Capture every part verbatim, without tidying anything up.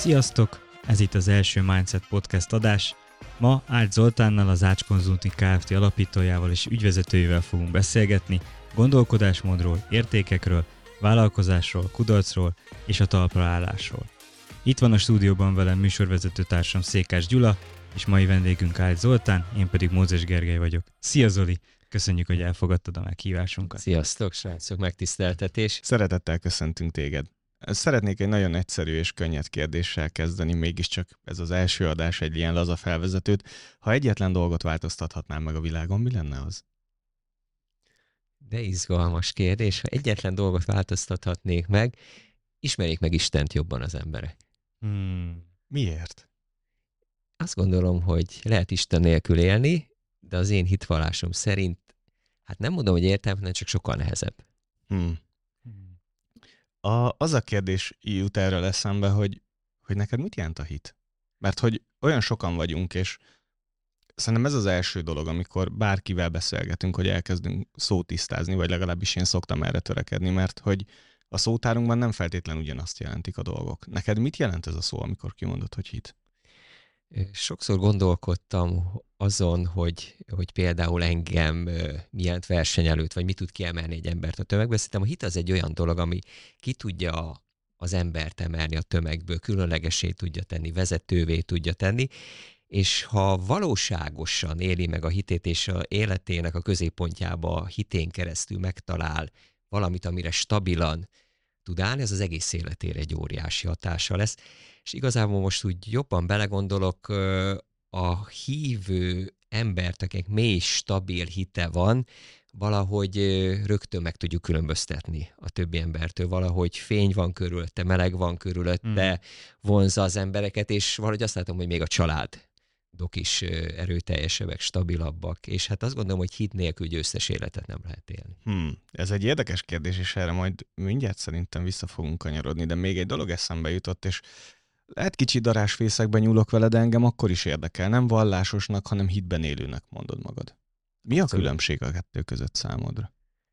Sziasztok! Ez itt az első Mindset Podcast adás. Ma Ács Zoltánnal, az Ács Consulting Kft. Alapítójával és ügyvezetőjével fogunk beszélgetni gondolkodásmódról, értékekről, vállalkozásról, kudarcról és a talpra állásról. Itt van a stúdióban velem műsorvezető társam Székás Gyula, és mai vendégünk Ács Zoltán, én pedig Mózes Gergely vagyok. Szia Zoli! Köszönjük, hogy elfogadtad a meghívásunkat. Sziasztok, srácok, megtiszteltetés. Szeretettel köszöntünk téged. Szeretnék egy nagyon egyszerű és könnyed kérdéssel kezdeni, mégiscsak ez az első adás egy ilyen laza felvezetőt. Ha egyetlen dolgot változtathatnám meg a világon, mi lenne az? De izgalmas kérdés. Ha egyetlen dolgot változtathatnék meg, ismerjék meg Istent jobban az emberek. Hmm, miért? Azt gondolom, hogy lehet Isten nélkül élni, de az én hitvallásom szerint, hát nem mondom, hogy értelmetlen, csak sokkal nehezebb. Hmm. A, az a kérdés jut erről eszembe, hogy, hogy neked mit jelent a hit? Mert hogy olyan sokan vagyunk, és szerintem ez az első dolog, amikor bárkivel beszélgetünk, hogy elkezdünk szót tisztázni, vagy legalábbis én szoktam erre törekedni, mert hogy a szótárunkban nem feltétlenül ugyanazt jelentik a dolgok. Neked mit jelent ez a szó, amikor kimondod, hogy hit? Sokszor gondolkodtam azon, hogy, hogy például engem milyen verseny előtt, vagy mit tud kiemelni egy embert a tömegből. Szerintem a hit az egy olyan dolog, ami ki tudja az embert emelni a tömegből, különlegessé tudja tenni, vezetővé tudja tenni, és ha valóságosan éli meg a hitét, és a életének a középpontjába a hitén keresztül megtalál valamit, amire stabilan tud állni, az az egész életére egy óriási hatása lesz. És igazából most úgy jobban belegondolok, a hívő embert, akik mély, stabil hite van, valahogy rögtön meg tudjuk különböztetni a többi embertől. Valahogy fény van körülötte, meleg van körülötte, mm. vonzza az embereket, és valahogy azt látom, hogy még a családok is erőteljesebbek, stabilabbak, és hát azt gondolom, hogy hit nélkül győztes életet nem lehet élni. Hmm. Ez egy érdekes kérdés, és erre majd mindjárt szerintem vissza fogunk kanyarodni, de még egy dolog eszembe jutott, és lehet kicsi darásfészekben nyúlok veled, de engem akkor is érdekel. Nem vallásosnak, hanem hitben élőnek mondod magad. Mi a különbség a kettő között számodra?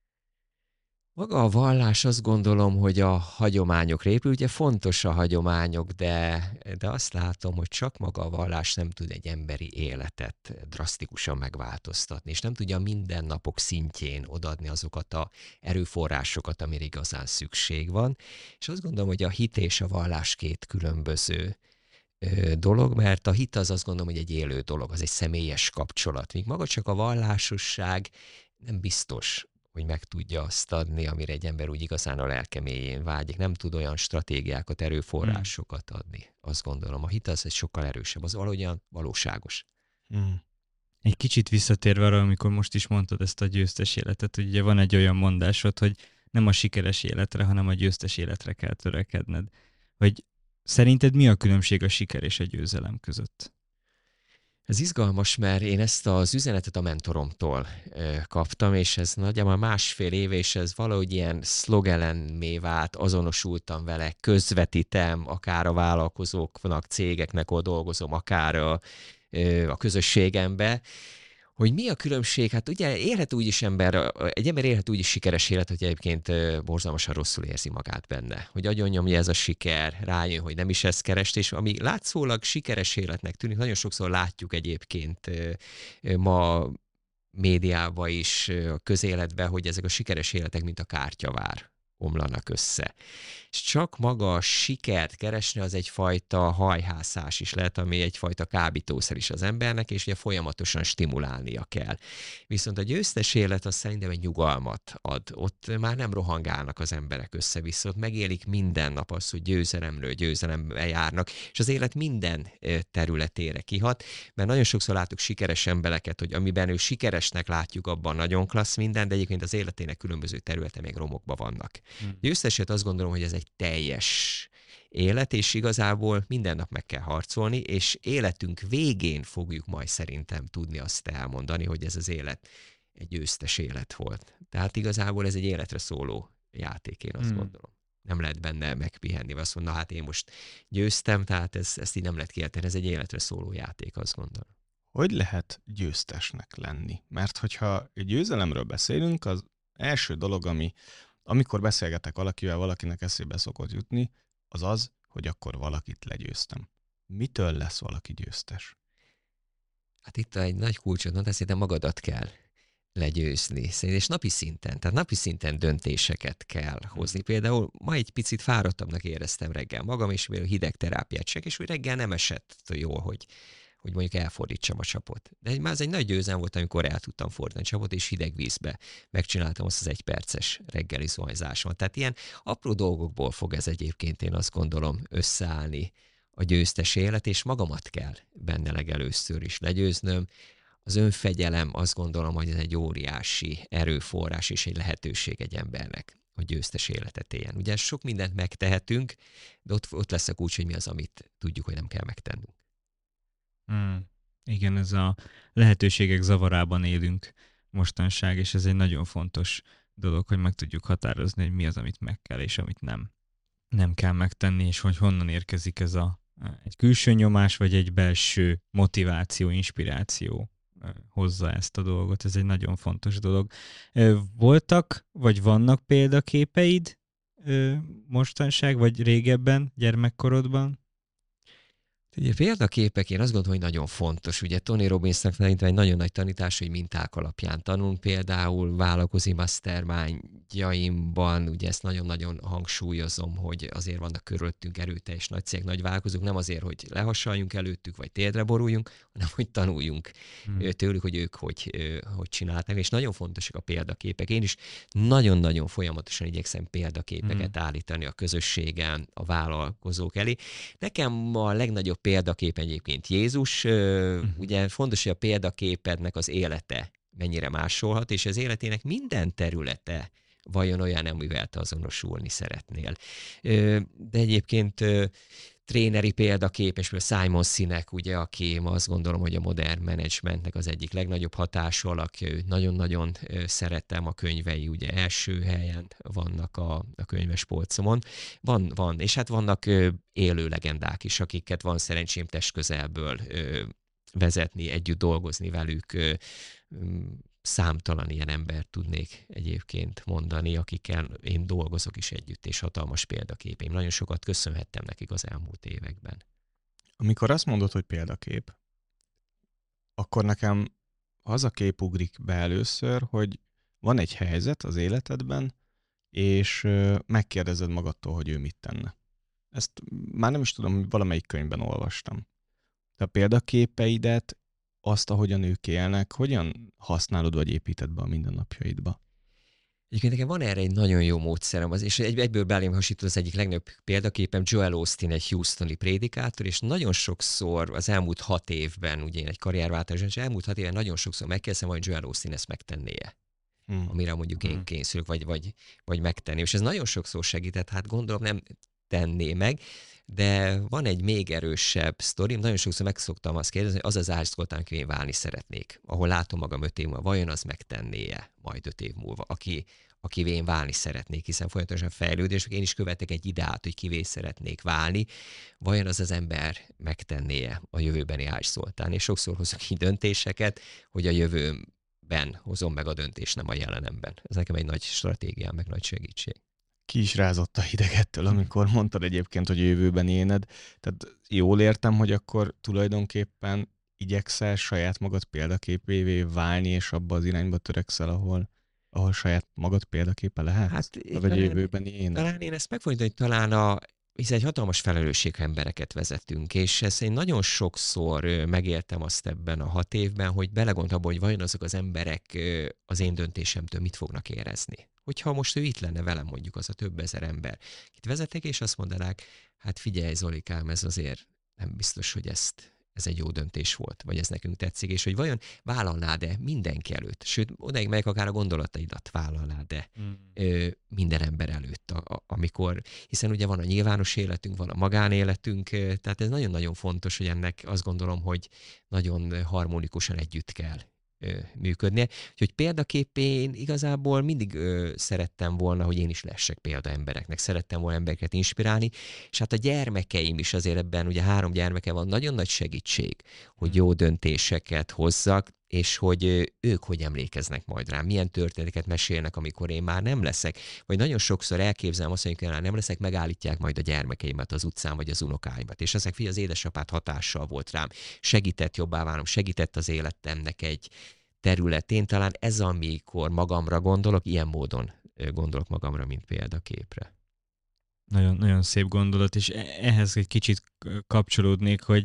Maga a vallás, azt gondolom, hogy a hagyományokra épül. Ugye fontos a hagyományok, de, de azt látom, hogy csak maga a vallás nem tud egy emberi életet drasztikusan megváltoztatni, és nem tudja minden napok szintjén odaadni azokat az erőforrásokat, amire igazán szükség van. És azt gondolom, hogy a hit és a vallás két különböző dolog, mert a hit az azt gondolom, hogy egy élő dolog, az egy személyes kapcsolat. Míg maga csak a vallásosság nem biztos, hogy meg tudja azt adni, amire egy ember úgy igazán a lelke mélyén vágyik. Nem tud olyan stratégiákat, erőforrásokat adni. Azt gondolom, a hit az egy sokkal erősebb, az valahogyan valóságos. Hmm. Egy kicsit visszatérve arra, amikor most is mondtad ezt a győztes életet, hogy ugye van egy olyan mondásod, hogy nem a sikeres életre, hanem a győztes életre kell törekedned. Hogy szerinted mi a különbség a siker és a győzelem között? Ez izgalmas, mert én ezt az üzenetet a mentoromtól e, kaptam, és ez nagyjából másfél éve, és ez valahogy ilyen szlogenemmé vált, azonosultam vele, közvetítem, akár a vállalkozóknak, cégeknek, ahol dolgozom, akár a, a közösségembe, hogy mi a különbség? Hát ugye élhet úgy is ember, egy ember élhet úgy is sikeres élet, hogy egyébként borzalmasan rosszul érzi magát benne. Hogy agyon nyomja ez a siker, rájön, hogy nem is ezt kerest, és ami látszólag sikeres életnek tűnik, nagyon sokszor látjuk egyébként ma médiában is, a közéletben, hogy ezek a sikeres életek, mint a kártyavár omlanak össze. És csak maga a sikert keresni, az egyfajta hajhászás is lehet, ami egyfajta kábítószer is az embernek, és ugye folyamatosan stimulálnia kell. Viszont a győztes élet az szerintem egy nyugalmat ad. Ott már nem rohangálnak az emberek össze-vissza, ott megélik minden nap az, hogy győzelemről győzelembe járnak, és az élet minden területére kihat, mert nagyon sokszor látok sikeres embereket, hogy amiben ő sikeresnek látjuk, abban nagyon klassz minden, de egyébként az életének különböző területe még romokban vannak. Hmm. Győzteset azt gondolom, hogy ez egy teljes élet, és igazából minden nap meg kell harcolni, és életünk végén fogjuk majd szerintem tudni azt elmondani, hogy ez az élet egy győztes élet volt. Tehát igazából ez egy életre szóló játék, én azt hmm. gondolom. Nem lehet benne megpihenni, vagy azt mondom, na hát én most győztem, tehát ez, ezt így nem lehet kijelteni, ez egy életre szóló játék, azt gondolom. Hogy lehet győztesnek lenni? Mert hogyha egy győzelemről beszélünk, az első dolog, ami amikor beszélgetek valakivel, valakinek eszébe szokott jutni, az az, hogy akkor valakit legyőztem. Mitől lesz valaki győztes? Hát itt egy nagy kulcsot mondtál, szerintem magadat kell legyőzni. Szerintem, és napi szinten, tehát napi szinten döntéseket kell hozni. Például ma egy picit fáradtabbnak éreztem reggel magam, és mivel hideg terápiát csak, és úgy reggel nem esett jól, hogy, hogy mondjuk elfordítsam a csapot. De már ez egy nagy győzelem volt, amikor el tudtam fordítani a csapot, és hideg vízbe megcsináltam azt az egyperces reggeli zuhanyzásomat. Tehát ilyen apró dolgokból fog ez egyébként, én azt gondolom, összeállni a győztes élet, és magamat kell benne legelőször is legyőznöm. Az önfegyelem, azt gondolom, hogy ez egy óriási erőforrás és egy lehetőség egy embernek, hogy győztes életet éljen. Ugye sok mindent megtehetünk, de ott, ott lesz a kulcs, hogy mi az, amit tudjuk, hogy nem kell megtennünk. Hmm. Igen, ez a lehetőségek zavarában élünk mostanság, és ez egy nagyon fontos dolog, hogy meg tudjuk határozni, hogy mi az, amit meg kell, és amit nem. Nem kell megtenni, és hogy honnan érkezik ez a egy külső nyomás, vagy egy belső motiváció, inspiráció hozza ezt a dolgot. Ez egy nagyon fontos dolog. Voltak, vagy vannak példaképeid mostanság, vagy régebben, gyermekkorodban? Ugye példaképek, én azt gondolom, hogy nagyon fontos. Ugye Tony Robbinsnak szerintem egy nagyon nagy tanítás, hogy minták alapján tanulunk. Például vállalkozói mastermindjaimban, ugye ezt nagyon-nagyon hangsúlyozom, hogy azért vannak körülöttünk erőteljes nagy cégek, nagy vállalkozók, nem azért, hogy lehassaljunk előttük, vagy térdre boruljunk, hanem hogy tanuljunk hmm. tőlük, hogy ők hogy, hogy csinálták. És nagyon fontosak a példaképek. Én is nagyon-nagyon folyamatosan igyekszem példaképeket hmm. állítani a közösségen, a vállalkozók elé. Nekem a legnagyobb példakép egyébként Jézus. Uh-huh. Ugye fontos, hogy a példaképednek az élete mennyire másolhat, és az életének minden területe vajon olyan, amivel te azonosulni szeretnél. De egyébként tréneri példakép, és például Simon Sinek, ugye, aki ma azt gondolom, hogy a modern managementnek az egyik legnagyobb hatása alakja, őt nagyon-nagyon szeretem, a könyvei ugye első helyen vannak a, a könyves polcomon. Van, van, és hát vannak élő legendák is, akiket van szerencsém testközelből vezetni, együtt dolgozni velük. Számtalan ilyen embert tudnék egyébként mondani, akikkel én dolgozok is együtt, és hatalmas példaképém. Nagyon sokat köszönhettem nekik az elmúlt években. Amikor azt mondod, hogy példakép, akkor nekem az a kép ugrik be először, hogy van egy helyzet az életedben, és megkérdezed magadtól, hogy ő mit tenne. Ezt már nem is tudom, hogy valamelyik könyvben olvastam. Te a példaképeidet, azt, ahogyan ők élnek, hogyan használod, vagy építed be a mindennapjaidba? Egyébként nekem van erre egy nagyon jó módszerem, az, és egy, egyből belém hasonlít az egyik legnagyobb példaképem, Joel Osteen, egy houstoni prédikátor, és nagyon sokszor az elmúlt hat évben, ugye én egy karrierváltás, és elmúlt hat évben nagyon sokszor megkérdezem, hogy Joel Osteen ezt megtennie. Hmm. Amire mondjuk én kényszerülök, vagy, vagy, vagy megtenni. És ez nagyon sokszor segített, hát gondolom nem tenné meg, de van egy még erősebb sztorim, nagyon sokszor meg szoktam azt kérdezni, hogy az az Ács Zoltán, aki én válni szeretnék, ahol látom magam öt év múlva, vajon az megtennie majd öt év múlva, aki, aki én válni szeretnék, hiszen folyamatosan fejlődés, én is követek egy ideát, hogy kivé szeretnék válni, vajon az az ember megtennie a jövőbeni Ács Zoltán, és sokszor hozok így döntéseket, hogy a jövőben hozom meg a döntést, nem a jelenemben. Ez nekem egy nagy stratégiám, meg nagy segítség. Ki is rázott a hidegettől, amikor mondtad egyébként, hogy jövőben éned. Tehát jól értem, hogy akkor tulajdonképpen igyekszel saját magad példaképévé válni, és abba az irányba törekszel, ahol, ahol saját magad példaképe lehet? Hát, vagy jövőben éned? Talán én ezt megfogom, hogy talán a hiszen egy hatalmas felelősség, ha embereket vezetünk, és ezt én nagyon sokszor megéltem azt ebben a hat évben, hogy belegondoltam abba, hogy vajon azok az emberek az én döntésemtől mit fognak érezni. Hogyha most ő itt lenne velem, mondjuk az a több ezer ember, itt vezetek, és azt mondanák, hát figyelj Zolikám, ez azért nem biztos, hogy ezt, ez egy jó döntés volt, vagy ez nekünk tetszik, és hogy vajon vállalnád-e mindenki előtt, sőt, odaig megyek, akár a gondolataidat vállalnád-e mm. ö, minden ember előtt, a, a, amikor, hiszen ugye van a nyilvános életünk, van a magánéletünk, tehát ez nagyon-nagyon fontos, hogy ennek azt gondolom, hogy nagyon harmonikusan együtt kell működnie. Úgyhogy példaképén igazából mindig ö, szerettem volna, hogy én is lessek példa embereknek, szerettem volna embereket inspirálni, és hát a gyermekeim is azért ebben, ugye három gyermeke van, nagyon nagy segítség, hogy jó döntéseket hozzak, és hogy ők hogy emlékeznek majd rám, milyen történeteket mesélnek, amikor én már nem leszek. Vagy nagyon sokszor elképzelem azt, hogy amikor már nem leszek, megállítják majd a gyermekeimet az utcán, vagy az unokáimat. És ezek, figyelj, az édesapád hatással volt rám. Segített jobbá válnom, segített az életemnek egy területén. Talán ez, amikor magamra gondolok, ilyen módon gondolok magamra, mint példaképre. Nagyon, nagyon szép gondolat, és ehhez egy kicsit kapcsolódnék, hogy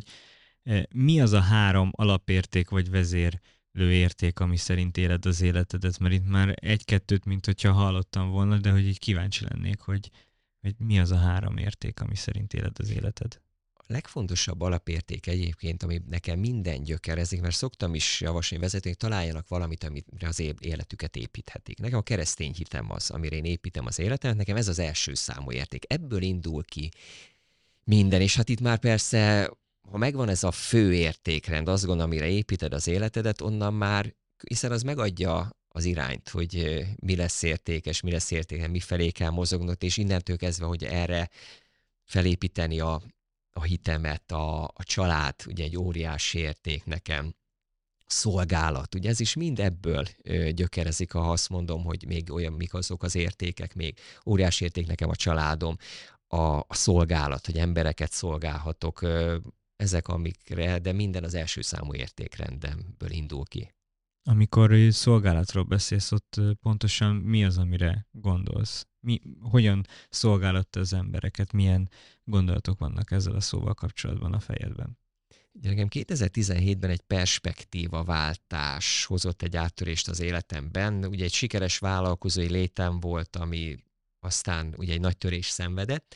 mi az a három alapérték vagy vezérlő érték, ami szerint éled az életedet, mert itt már egy-kettőt, mint hogyha hallottam volna, de hogy így kíváncsi lennék, hogy, hogy mi az a három érték, ami szerint éled az életed. A legfontosabb alapérték egyébként, ami nekem minden gyökerezik, mert szoktam is javasolni vezetőnek, találjanak valamit, amire az életüket építhetik. Nekem a keresztény hitem az, amire én építem az életemet, nekem ez az első számú érték. Ebből indul ki minden, és hát itt már persze, ha megvan ez a fő értékrend, azt gondolom, amire építed az életedet, onnan már, hiszen az megadja az irányt, hogy mi lesz értékes, mi lesz értékes, mifelé kell mozognod, és innentől kezdve, hogy erre felépíteni a a hitemet, a, a család, ugye egy óriási érték nekem, szolgálat, ugye ez is mind ebből ö, gyökerezik, ha azt mondom, hogy még olyan, mik azok az értékek, még óriási érték nekem a családom, a, a szolgálat, hogy embereket szolgálhatok, ö, ezek amikre, de minden az első számú értékrendemből indul ki. Amikor szolgálatról beszélsz, ott pontosan mi az, amire gondolsz? Mi, hogyan szolgálod az embereket? Milyen gondolatok vannak ezzel a szóval kapcsolatban a fejedben? Ugye nekem kétezer-tizenhétben egy perspektívaváltás hozott egy áttörést az életemben. Ugye egy sikeres vállalkozói létem volt, ami aztán ugye egy nagy törés szenvedett,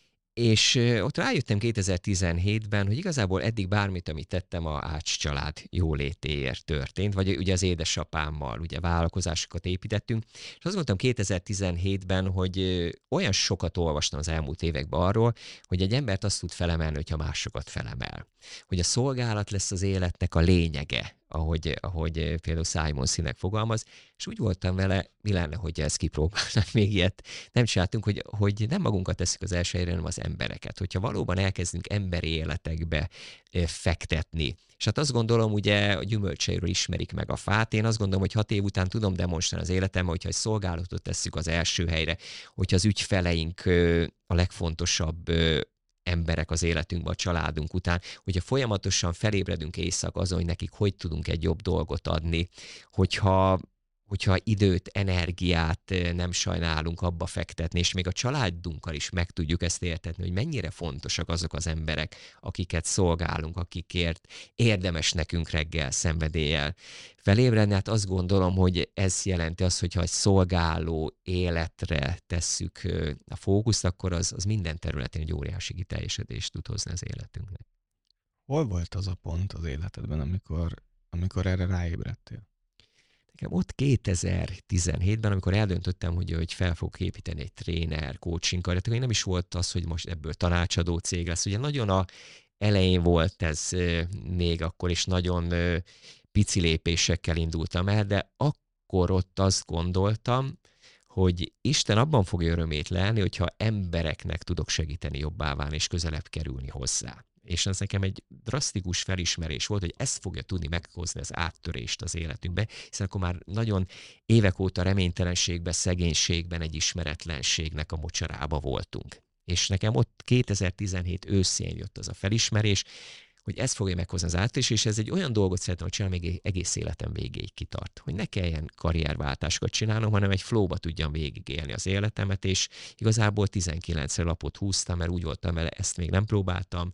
és ott rájöttem kétezer-tizenhétben, hogy igazából eddig bármit, amit tettem, a Ács család jólétéért történt, vagy ugye az édesapámmal ugye vállalkozásokat építettünk, és azt mondtam kétezer-tizenhétben, hogy olyan sokat olvastam az elmúlt években arról, hogy egy embert azt tud felemelni, hogyha másokat felemel. Hogy a szolgálat lesz az életnek a lényege, ahogy, ahogy például Simon Sinek fogalmaz, és úgy voltam vele, mi lenne, hogy ezt kipróbálnánk, még ilyet nem csináltunk, hogy, hogy nem magunkat tesszük az első helyre, hanem az embereket. Hogyha valóban elkezdünk emberi életekbe fektetni, és hát azt gondolom, ugye a gyümölcseiről ismerik meg a fát, én azt gondolom, hogy hat év után tudom demonstrálni az életemben, hogyha egy szolgálatot tesszük az első helyre, hogyha az ügyfeleink a legfontosabb emberek az életünkben, a családunk után, hogyha folyamatosan felébredünk éjszaka azon, hogy nekik hogy tudunk egy jobb dolgot adni, hogyha, hogyha időt, energiát nem sajnálunk abba fektetni, és még a családunkkal is meg tudjuk ezt értetni, hogy mennyire fontosak azok az emberek, akiket szolgálunk, akikért érdemes nekünk reggel szenvedéllyel felébredni. Hát azt gondolom, hogy ez jelenti azt, hogyha egy szolgáló életre tesszük a fókuszt, akkor az, az minden területén egy óriási kiteljesedést tud hozni az életünknek. Hol volt az a pont az életedben, amikor, amikor erre ráébredtél? Nekem ott kétezer-tizenhétben, amikor eldöntöttem, hogy, hogy fel fogok építeni egy tréner, coaching karriert, akkor nem is volt az, hogy most ebből tanácsadó cég lesz. Ugye nagyon a elején volt ez még akkor is, nagyon pici lépésekkel indultam el, de akkor ott azt gondoltam, hogy Isten abban fogja örömét lelni, hogyha embereknek tudok segíteni jobbá válni és közelebb kerülni hozzá. És ez nekem egy drasztikus felismerés volt, hogy ezt fogja tudni meghozni az áttörést az életünkbe, hiszen akkor már nagyon évek óta reménytelenségben, szegénységben, egy ismeretlenségnek a mocsarába voltunk. És nekem ott kétezer-tizenhét őszén jött az a felismerés, hogy ez fogja meghozni az áttörést, és ez egy olyan dolgot szeretem, hogy csinálom, még egész életem végéig kitart. Hogy ne kelljen karrierváltásokat csinálnom, hanem egy flowba tudjam végigélni az életemet, és igazából tizenkilencre lapot húztam, mert úgy voltam vele, ezt még nem próbáltam.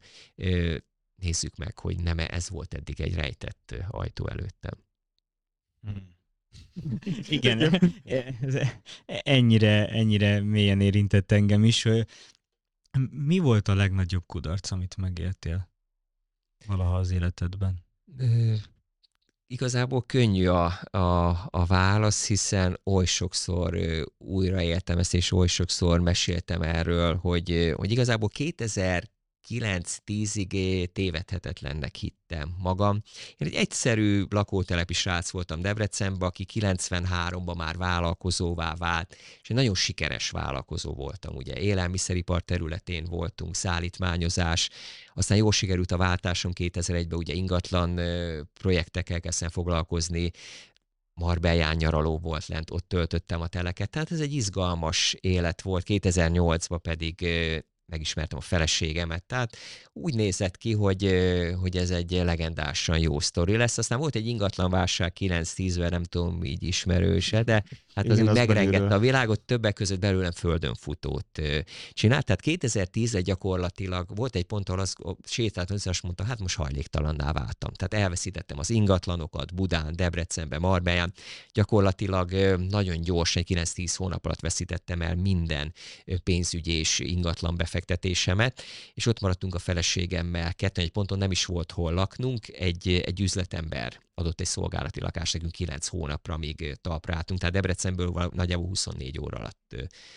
Nézzük meg, hogy nem ez volt eddig egy rejtett ajtó előttem. Hmm. Igen, ennyire, ennyire mélyen érintett engem is. Mi volt a legnagyobb kudarc, amit megéltél valaha az életedben? Ö, igazából könnyű a, a, a válasz, hiszen oly sokszor ö, újraéltem ezt, és oly sokszor meséltem erről, hogy, ö, hogy igazából kétezer kilenc-tízig tévedhetetlennek hittem magam. Én egy egyszerű lakótelepi srác voltam Debrecenben, aki kilencvenháromban már vállalkozóvá vált, és egy nagyon sikeres vállalkozó voltam. Ugye élelmiszeripar területén voltunk, szállítmányozás, aztán jól sikerült a váltásom kétezer-egyben, ugye ingatlan projektekkel kezdtem foglalkozni, Marbellán nyaraló volt lent, ott töltöttem a teleket, tehát ez egy izgalmas élet volt, kétezer-nyolcban pedig megismertem a feleségemet, tehát úgy nézett ki, hogy, hogy ez egy legendásan jó sztori lesz. Aztán volt egy ingatlanválság kilenc-tízben, nem tudom, így ismerőse, de hát az Igen, úgy az megrengette belülről. a világot, többek között belőlem földönfutót csinált. Tehát kétezer-tízben gyakorlatilag volt egy pont, ahol azt sétáltam, és azt mondta, hát most hajléktalanná váltam. Tehát elveszítettem az ingatlanokat Budán, Debrecenben, Marbellán. Gyakorlatilag nagyon gyorsan, kilenc-tíz hónap alatt veszítettem el minden pénzügyi és ingatlan befektetésemet, és ott maradtunk a feleségemmel, ketten egy ponton nem is volt hol laknunk, egy, egy üzletember adott egy szolgálati lakást nekünk kilenc hónapra, míg talpra álltunk, tehát Debrecenből nagyjából huszonnégy óra alatt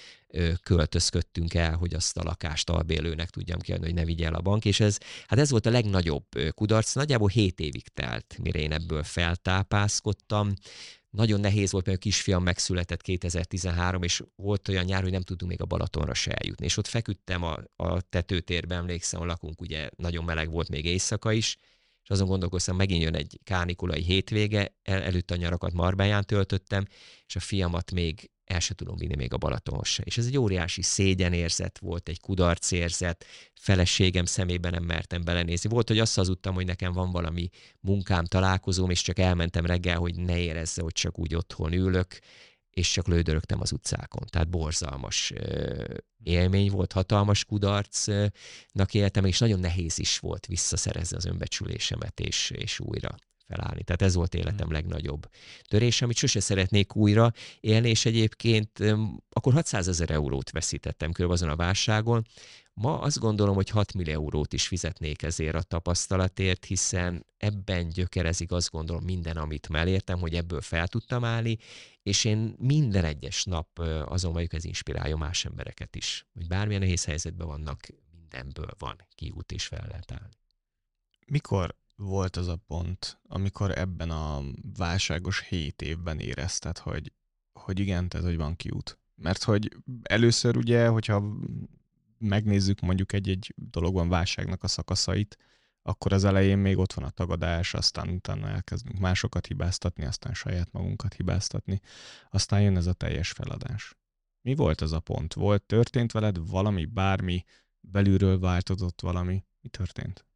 költözködtünk el, hogy azt a lakást albérlőnek tudjam kiadni, hogy ne vigye el a bank, és ez, hát ez volt a legnagyobb kudarc, nagyjából hét évig telt, mire én ebből feltápászkodtam. Nagyon nehéz volt, mert a kisfiam megszületett kétezer-tizenhárom, és volt olyan nyár, hogy nem tudtunk még a Balatonra se eljutni. És ott feküdtem a, a tetőtérben, emlékszem, a lakunk, ugye nagyon meleg volt még éjszaka is, és azon gondolkoztam, megint jön egy kánikulai hétvége, el, előtte a nyarakat Marbellán töltöttem, és a fiamat még el se tudom vinni még a Balatonhoz se. És ez egy óriási szégyenérzet volt, egy kudarcérzet, feleségem szemében nem mertem belenézni. Volt, hogy azt hazudtam, hogy nekem van valami munkám, találkozóm, és csak elmentem reggel, hogy ne érezze, hogy csak úgy otthon ülök, és csak lődörögtem az utcákon. Tehát borzalmas élmény volt, hatalmas kudarcnak éltem, és nagyon nehéz is volt visszaszerezni az önbecsülésemet, és, és újra felállni. Tehát ez volt életem legnagyobb törés, amit sose szeretnék újra élni, és egyébként akkor hatszázezer eurót veszítettem körülbelül azon a válságon. Ma azt gondolom, hogy hat millió eurót is fizetnék ezért a tapasztalatért, hiszen ebben gyökerezik, azt gondolom, minden, amit már értem, hogy ebből fel tudtam állni, és én minden egyes nap azon vagyok, ez inspirálja más embereket is. Hogy bármilyen nehéz helyzetben vannak, mindenből van kiút és fel lehet állni. Mikor volt az a pont, amikor ebben a válságos hét évben érezted, hogy, hogy igen, tehát hogy van kiút? Mert hogy először ugye, hogyha megnézzük mondjuk egy-egy dologban válságnak a szakaszait, akkor az elején még ott van a tagadás, aztán utána elkezdünk másokat hibáztatni, aztán saját magunkat hibáztatni, aztán jön ez a teljes feladás. Mi volt az a pont? Volt, történt veled valami, bármi, belülről változott valami? Mi történt?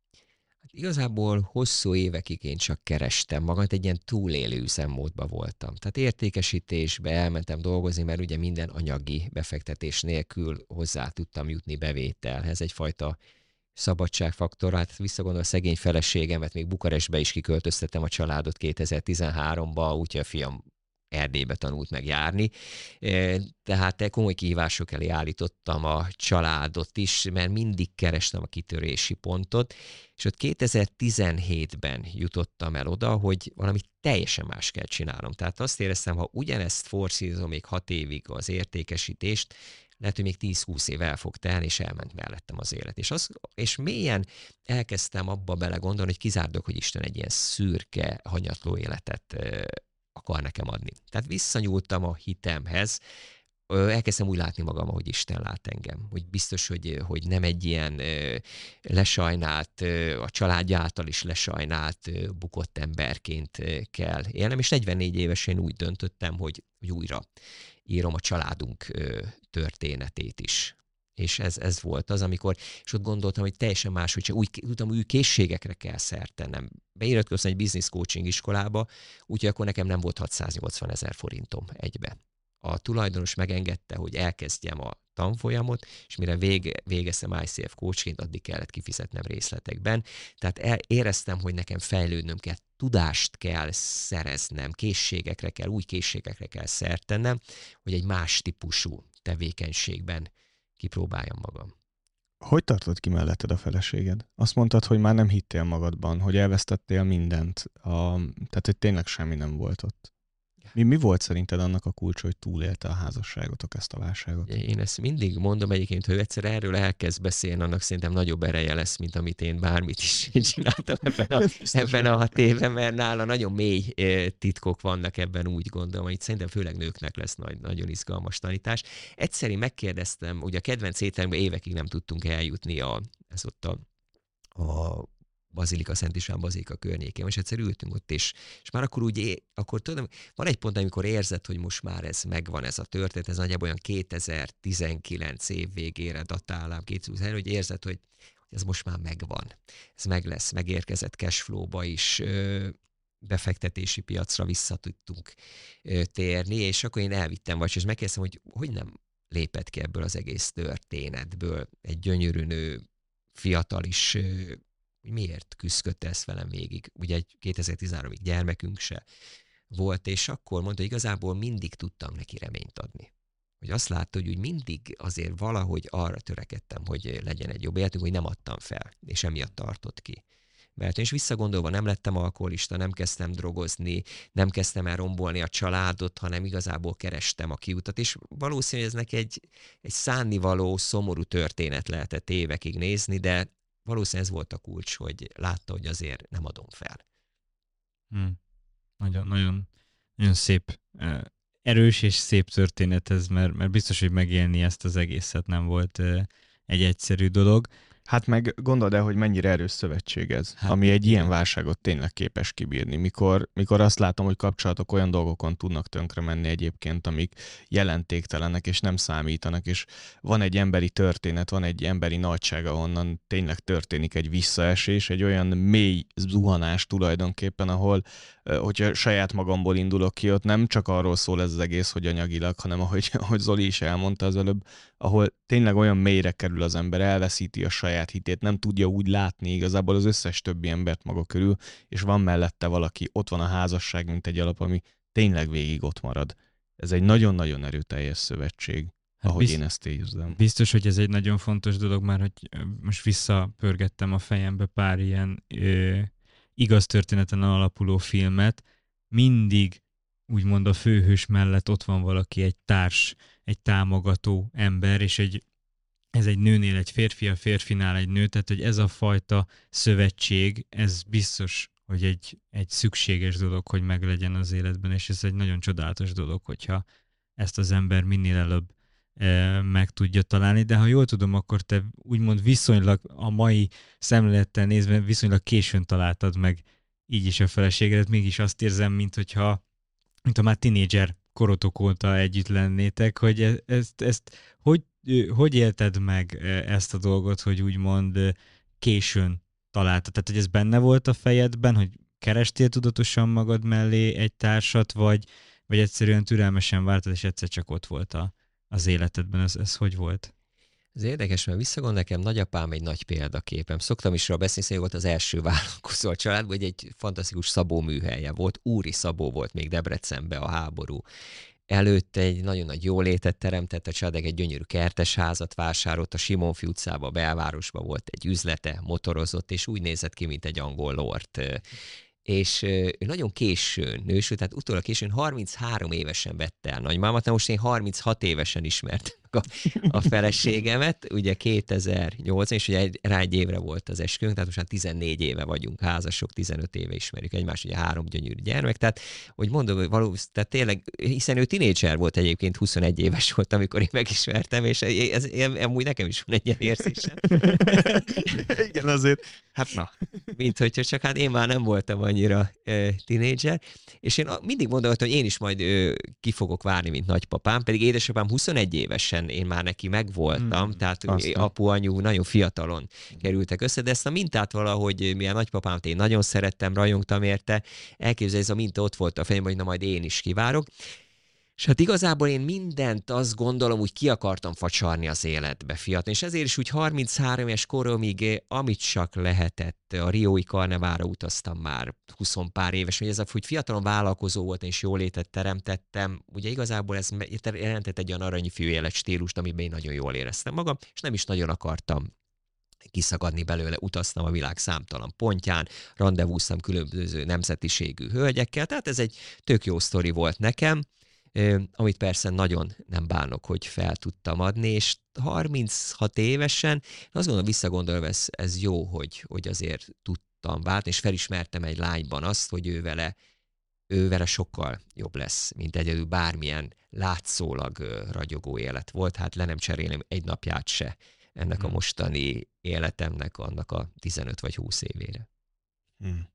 Igazából hosszú évekig én csak kerestem magamat, egy ilyen túlélő üzemmódban voltam. Tehát értékesítésbe elmentem dolgozni, mert ugye minden anyagi befektetés nélkül hozzá tudtam jutni bevételhez. Egyfajta szabadságfaktor, hát visszagondol a szegény feleségemet, még Bukarestbe is kiköltöztettem a családot kétezer-tizenháromban, úgyhogy a fiam Erdélybe tanult meg járni. Tehát komoly kihívások elé állítottam a családot is, mert mindig kerestem a kitörési pontot, és ott kétezer-tizenhétben jutottam el oda, hogy valami teljesen más kell csinálnom. Tehát azt éreztem, ha ugyanezt forszírozom még hat évig az értékesítést, lehet, hogy még tíz-húsz év el fog telni, és elment mellettem az élet. És, az, és mélyen elkezdtem abba belegondolni, hogy kizárdok, hogy Isten egy ilyen szürke, hanyatló életet akar nekem adni. Tehát visszanyúltam a hitemhez, elkezdtem úgy látni magam, ahogy Isten lát engem. Hogy biztos, hogy, hogy nem egy ilyen lesajnált, a családja által is lesajnált, bukott emberként kell élnem. És negyvennégy évesen úgy döntöttem, hogy, hogy újra írom a családunk történetét is. És ez, ez volt az, amikor, és ott gondoltam, hogy teljesen más, hogy csak úgy tudtam, új készségekre kell szert tennem. Beiratkoztam egy business coaching iskolába, úgyhogy akkor nekem nem volt hatszáznyolcvan ezer forintom egybe. A tulajdonos megengedte, hogy elkezdjem a tanfolyamot, és mire vége, végeztem I C F coachként, addig kellett kifizetnem részletekben. Tehát el, éreztem, hogy nekem fejlődnöm kell, tudást kell szereznem, készségekre kell, új készségekre kell szert tennem, hogy egy más típusú tevékenységben kipróbáljam magam. Hogy tartott ki melletted a feleséged? Azt mondtad, hogy már nem hittél magadban, hogy elvesztettél mindent, a, tehát hogy tényleg semmi nem volt ott. Mi, mi volt szerinted annak a kulcs, hogy túlélte a házasságotok ezt a válságot? Én ezt mindig mondom egyébként, hogy egyszer erről elkezd beszélni, annak szerintem nagyobb ereje lesz, mint amit én bármit is csináltam ebben a, ebben a hat éve, mert nála nagyon mély titkok vannak ebben, úgy gondolom, hogy szerintem főleg nőknek lesz nagy, nagyon izgalmas tanítás. Egyszer én megkérdeztem, ugye a kedvenc étteremben évekig nem tudtunk eljutni a, ez ott a, a Bazilika, Szent István Bazilika környékén, és egyszer ültünk ott, és, és már akkor úgy, akkor tudom, van egy pont, amikor érzed, hogy most már ez megvan, ez a történet, ez nagyjából olyan kétezer-tizenkilenc év végére datálám, kétezer-húsz, hogy érzed, hogy ez most már megvan. Ez meg lesz, megérkezett cashflow-ba is, befektetési piacra vissza tudtunk térni, és akkor én elvittem vagy, és megkérdeztem, hogy hogy nem lépett ki ebből az egész történetből egy gyönyörű nő, fiatal is, miért küzdötte ezt velem végig? Ugye egy kétezer-tizenháromig gyermekünk se volt, és akkor mondta, hogy igazából mindig tudtam neki reményt adni. Hogy azt látta, hogy úgy mindig azért valahogy arra törekedtem, hogy legyen egy jobb életünk, hogy nem adtam fel, és emiatt tartott ki. Mert én is visszagondolva nem lettem alkoholista, nem kezdtem drogozni, nem kezdtem el rombolni a családot, hanem igazából kerestem a kiutat, és valószínű, hogy ez neki egy, egy szánnivaló, szomorú történet lehetett évekig nézni, de valószínűleg ez volt a kulcs, hogy látta, hogy azért nem adom fel. Hmm. Nagyon, nagyon, nagyon szép, erős és szép történet ez, mert, mert biztos, hogy megélni ezt az egészet nem volt egy egyszerű dolog. Hát meg gondold el, hogy mennyire erős szövetség ez, hát, ami egy ilyen válságot tényleg képes kibírni. Mikor, mikor azt látom, hogy kapcsolatok olyan dolgokon tudnak tönkre menni egyébként, amik jelentéktelenek és nem számítanak, és van egy emberi történet, van egy emberi nagyság, ahonnan tényleg történik egy visszaesés, egy olyan mély zuhanás tulajdonképpen, ahol, hogyha saját magamból indulok ki, ott nem csak arról szól ez az egész, hogy anyagilag, hanem ahogy, ahogy Zoli is elmondta az előbb, ahol tényleg olyan mélyre kerül az ember, elveszíti a saját hitét, nem tudja úgy látni igazából az összes többi embert maga körül, és van mellette valaki, ott van a házasság, mint egy alap, ami tényleg végig ott marad. Ez egy nagyon-nagyon erőteljes szövetség, hát ahogy bizt, én ezt érzem. Biztos, hogy ez egy nagyon fontos dolog, már hogy most visszapörgettem a fejembe pár ilyen ö, igaz történeten alapuló filmet, mindig úgymond a főhős mellett ott van valaki, egy társ, egy támogató ember, és egy, ez egy nőnél egy férfi, a férfinál egy nő, tehát hogy ez a fajta szövetség, ez biztos, hogy egy, egy szükséges dolog, hogy meglegyen az életben, és ez egy nagyon csodálatos dolog, hogyha ezt az ember minél előbb e, meg tudja találni, de ha jól tudom, akkor te úgymond viszonylag a mai szemlélettel nézve viszonylag későn találtad meg így is a feleségedet, mégis azt érzem, mint hogyha mint ha már tinédzser korotok óta együtt lennétek, hogy e- ezt, ezt hogy, hogy élted meg ezt a dolgot, hogy úgymond későn találtad? Tehát, hogy ez benne volt a fejedben, hogy kerestél tudatosan magad mellé egy társat, vagy, vagy egyszerűen türelmesen vártad, és egyszer csak ott volt a, az életedben? Ez, ez hogy volt? Ez érdekes, mert visszagond nekem nagyapám egy nagy példaképem. Szoktam is rá beszélni, hogy volt az első vállalkozó a családban, hogy egy fantasztikus szabó műhelye volt. Úri szabó volt még Debrecenben a háború előtte, egy nagyon nagy jólétet teremtett a család, egy gyönyörű kertesházat vásárolt, a Simonfi utcában, a belvárosban volt egy üzlete, motorozott, és úgy nézett ki, mint egy angol lord. És ő nagyon későn nősült, tehát utólag későn harminchárom évesen vette el nagymámat, de most én harminchat évesen ismertem a, a feleségemet, ugye kétezer-nyolcban, és ugye rá egy évre volt az esküvőnk, tehát most már tizennégy éve vagyunk házasok, tizenöt éve ismerjük egymást, ugye három gyönyörű gyermek, tehát hogy mondom, hogy valószínűleg, tehát tényleg, hiszen ő tinédzser volt egyébként, huszonegy éves volt, amikor én megismertem, és ez, ez amúgy nekem is van egy ilyen érzésem. Igen, azért, hát na. Mint hogyha csak hát én már nem voltam annyira e, tinédzser, és én mindig mondtam, hogy én is majd e, ki fogok várni, mint nagypapám, pedig édesapám huszonegy évesen én már neki megvoltam, hmm, tehát aztán. Apu, anyu nagyon fiatalon kerültek össze, de ezt a mintát valahogy, milyen nagypapámat én nagyon szerettem, rajongtam érte, elképzelni, ez a minta ott volt a fejemben, hogy na majd én is kivárok. És hát igazából én mindent azt gondolom, úgy ki akartam facsarni az életbe fiatal, és ezért is úgy harminchárom éves koromig, amit csak lehetett, a riói karnevára utaztam már húsz pár éves, hogy ez a hogy fiatalon vállalkozó volt, és jólétet teremtettem, ugye igazából ez jelentett egy olyan aranyfű életstílust, amiben én nagyon jól éreztem magam, és nem is nagyon akartam kiszakadni belőle, utaztam a világ számtalan pontján, randevúztam különböző nemzetiségű hölgyekkel, tehát ez egy tök jó sztori volt nekem, amit persze nagyon nem bánok, hogy fel tudtam adni, és harminchat évesen, azt gondolom, visszagondolva ez, ez jó, hogy, hogy azért tudtam váltani, és felismertem egy lányban azt, hogy ő vele, ő vele sokkal jobb lesz, mint egyedül bármilyen látszólag ragyogó élet volt, hát le nem cserélem egy napját se ennek a mostani életemnek, annak a tizenöt vagy húsz évére. Hmm.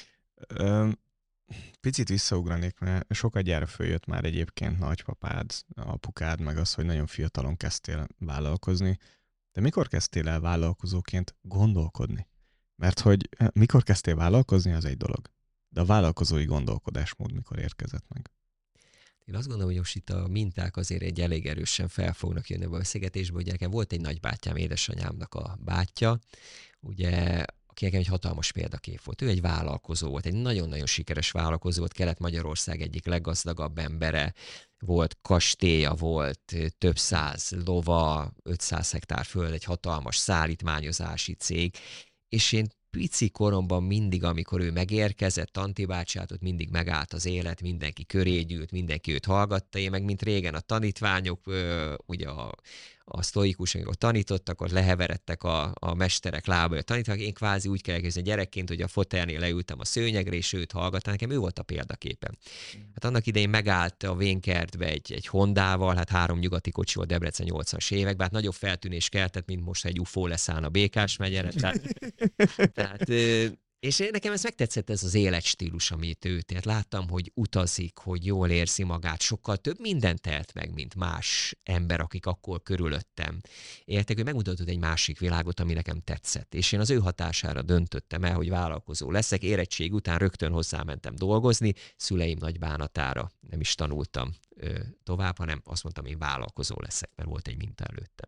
Ö, picit visszaugranék, mert sokat gyára följött már egyébként nagypapád, apukád, meg az, hogy nagyon fiatalon kezdtél vállalkozni. De mikor kezdtél el vállalkozóként gondolkodni? Mert hogy mikor kezdtél vállalkozni, az egy dolog. De a vállalkozói gondolkodásmód mikor érkezett meg? Én azt gondolom, hogy most itt a minták azért egy elég erősen fel fognak jönni a beszélgetésbe, hogy nekem volt egy nagybátyám, édesanyámnak a bátyja, ugye, aki nekem egy hatalmas példakép volt. Ő egy vállalkozó volt, egy nagyon-nagyon sikeres vállalkozó volt, Kelet-Magyarország egyik leggazdagabb embere, volt kastélya, volt több száz lova, ötszáz hektár föld, egy hatalmas szállítmányozási cég, és én pici koromban mindig, amikor ő megérkezett, Tanti bácsát, ott mindig megállt az élet, mindenki köré gyűlt, mindenki őt hallgatta, én meg mint régen a tanítványok, ugye a, a sztoikus, amikor tanítottak, ott leheveredtek a, a mesterek lábai, a tanítványok, én kvázi úgy kell elképzelni gyerekként, hogy a fotelnél leültem a szőnyegre, és őt hallgattam, nekem ő volt a példaképem. Hát annak idején megállt a Vénkertbe egy, egy Hondával, hát három nyugati kocsi volt Debrecen nyolcvanas években, hát nagyobb feltűnés keltett, mint most egy ufó leszállna a Békás megyere. Tehát, tehát és nekem ez megtetszett, ez az életstílus, amit ő tért. Láttam, hogy utazik, hogy jól érzi magát, sokkal több mindent telt meg, mint más ember, akik akkor körülöttem. Értek, hogy megmutatott egy másik világot, ami nekem tetszett. És én az ő hatására döntöttem el, hogy vállalkozó leszek. Érettség után rögtön hozzámentem dolgozni, szüleim nagy bánatára nem is tanultam ö, tovább, hanem azt mondtam, én vállalkozó leszek, mert volt egy minta előttem.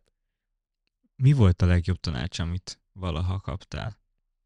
Mi volt a legjobb tanács, amit valaha kaptál?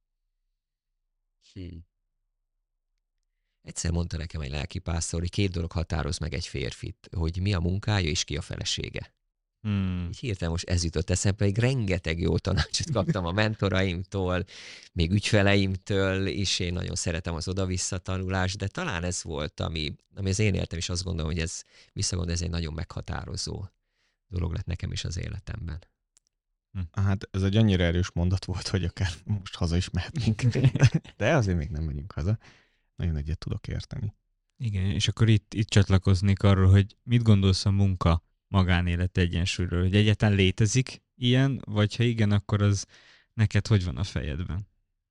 Hmm. Egyszer mondta nekem egy lelkipásztor, hogy két dolog határoz meg egy férfit, hogy mi a munkája és ki a felesége. Hmm. Így hirtelen most ez jutott eszembe, hogy rengeteg jó tanácsot kaptam a mentoraimtól, még ügyfeleimtől is, én nagyon szeretem az oda-vissza tanulást, de talán ez volt, ami, ami az én életem, és azt gondolom, hogy ez visszagondol, ez egy nagyon meghatározó dolog lett nekem is az életemben. Hát ez egy annyira erős mondat volt, hogy akár most haza is mehetnénk. De azért még nem megyünk haza. Nagyon egyet tudok érteni. Igen, és akkor itt, itt csatlakoznék arról, hogy mit gondolsz a munka magánélet egyensúlyról, hogy egyáltalán létezik ilyen, vagy ha igen, akkor az neked hogy van a fejedben?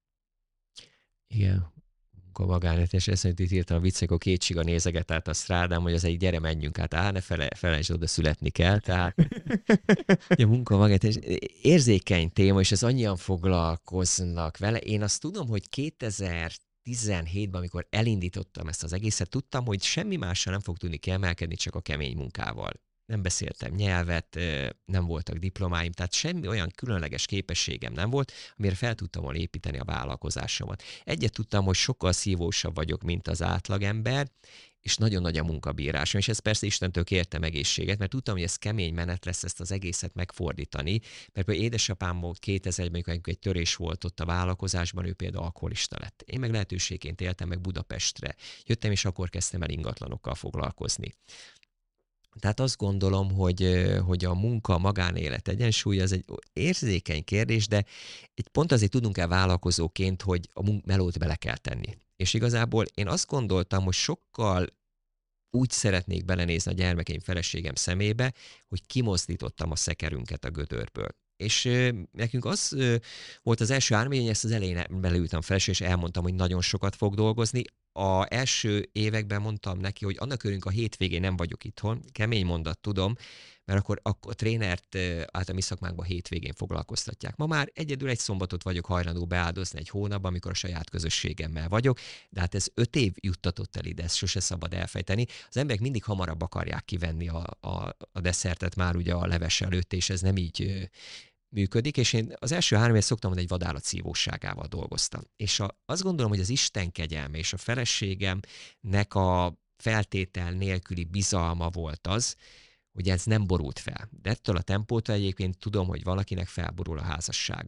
Igen, a magánélet, és ezt itt írtam a vicc, amikor két csiga nézeget át a strádám, hogy az egy gyere, menjünk át, á, ne fele, felejtsd, oda születni kell, tehát a munka magánélet, és érzékeny téma, és ez annyian foglalkoznak vele. Én azt tudom, hogy kétezer-tizenhétben, amikor elindítottam ezt az egészet, tudtam, hogy semmi mással nem fog tudni kiemelkedni, csak a kemény munkával. Nem beszéltem nyelvet, nem voltak diplomáim, tehát semmi olyan különleges képességem nem volt, amire fel tudtam volna építeni a vállalkozásomat. Egyet tudtam, hogy sokkal szívósabb vagyok, mint az átlagember, és nagyon nagy a munkabírásom, és ez persze Istentől kértem egészséget, mert tudtam, hogy ez kemény menet lesz ezt az egészet megfordítani, mert például édesapám kétezerben, amikor egy törés volt ott a vállalkozásban, ő például alkoholista lett. Én meg lehetőségként éltem meg Budapestre. Jöttem, és akkor kezdtem el ingatlanokkal foglalkozni. Tehát azt gondolom, hogy, hogy a munka, a magánélet egyensúly az egy érzékeny kérdés, de egy pont azért tudunk el vállalkozóként, hogy a munk- melót bele kell tenni. És igazából én azt gondoltam, hogy sokkal úgy szeretnék belenézni a gyermekeim, feleségem szemébe, hogy kimozdítottam a szekerünket a gödörből. És ö, nekünk az ö, volt az első álom, hogy ezt az elején beleültem feleség, és elmondtam, hogy nagyon sokat fog dolgozni. A első években mondtam neki, hogy annak örülünk, a hétvégén nem vagyok itthon, kemény mondat, tudom, mert akkor, akkor a trénert által mi szakmánkban hétvégén foglalkoztatják. Ma már egyedül egy szombatot vagyok hajlandó beáldozni egy hónapban, amikor a saját közösségemmel vagyok, de hát ez öt év juttatott el ide, ezt sose szabad elfejteni. Az emberek mindig hamarabb akarják kivenni a, a, a desszertet már ugye a leves előtt, és ez nem így működik, és én az első három évet szoktam, hogy egy vadállat szívóságával dolgoztam. És a, azt gondolom, hogy az Isten kegyelme és a feleségemnek a feltétel nélküli bizalma volt az, hogy ez nem borult fel. De ettől a tempótól egyébként tudom, hogy valakinek felborul a házassága.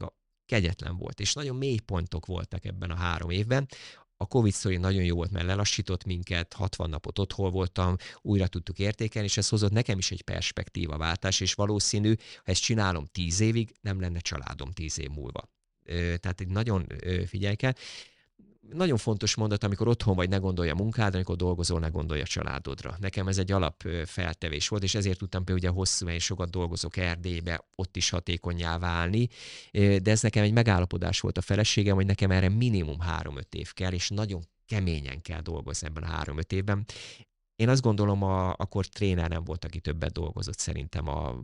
kegyetlen volt, és nagyon mély pontok voltak ebben a három évben. A Covid sztori nagyon jó volt, mert lelassított minket, hatvan napot otthon voltam, újra tudtuk értékelni, és ez hozott nekem is egy perspektívaváltás, és valószínű, ha ezt csinálom tíz évig, nem lenne családom tíz év múlva. Tehát egy nagyon figyelj kell. Nagyon fontos mondat, amikor otthon vagy, ne gondolj a munkádra, amikor dolgozol, ne gondolj a családodra. Nekem ez egy alap feltevés volt, és ezért tudtam például ugye hosszú, és sokat dolgozok Erdélybe, ott is hatékonnyá válni, de ez nekem egy megállapodás volt a feleségem, hogy nekem erre minimum három-öt év kell, és nagyon keményen kell dolgozni ebben a három-öt évben. Én azt gondolom, a, akkor tréner nem volt, aki többet dolgozott szerintem a,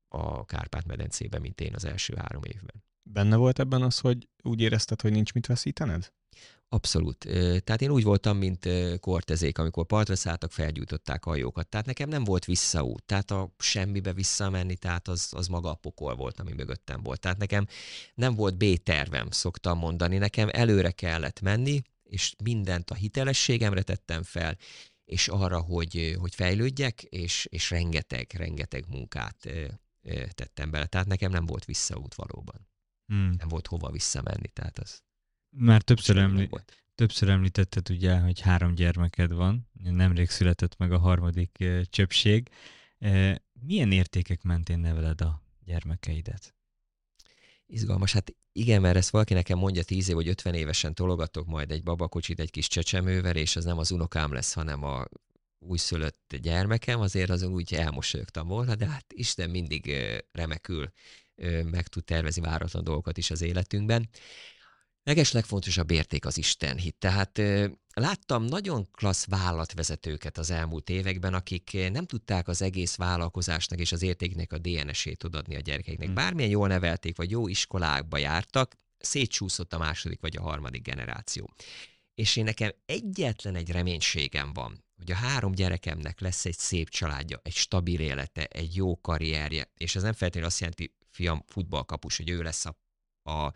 a Kárpát-medencében, mint én az első három évben. Benne volt ebben az, hogy úgy érezted, hogy nincs mit veszítened? Abszolút. Tehát én úgy voltam, mint Cortezék, amikor partra szálltak, felgyújtották a hajókat. Tehát nekem nem volt visszaút. Tehát a semmibe visszamenni, tehát az, az maga a pokol volt, ami mögöttem volt. Tehát nekem nem volt B-tervem, szoktam mondani. Nekem előre kellett menni, és mindent a hitelességemre tettem fel, és arra, hogy, hogy fejlődjek, és, és rengeteg, rengeteg munkát tettem bele. Tehát nekem nem volt visszaút valóban. Hmm. Nem volt hova visszamenni, tehát az... Már többször, emlí- többször említetted ugye, hogy három gyermeked van, nemrég született meg a harmadik e, csöpség. E, milyen értékek mentén neveled a gyermekeidet? Izgalmas, hát igen, mert ezt valaki nekem mondja tíz év vagy ötven évesen tologatok majd egy babakocsit egy kis csecsemővel, és az nem az unokám lesz, hanem a újszülött gyermekem, azért azon úgy elmosolyogtam volna, de hát Isten mindig remekül meg tud tervezni váratlan dolgokat is az életünkben. Leges legfontosabb érték az istenhit. Tehát euh, láttam nagyon klassz vállalatvezetőket az elmúlt években, akik nem tudták az egész vállalkozásnak és az értéknek a dé en es-ét odaadni a gyerekeiknek. Bármilyen jól nevelték, vagy jó iskolákba jártak, szétcsúszott a második vagy a harmadik generáció. És én nekem egyetlen egy reménységem van, hogy a három gyerekemnek lesz egy szép családja, egy stabil élete, egy jó karrierje, és ez nem feltétlenül azt jelenti, fiam, futballkapus, hogy ő lesz a, a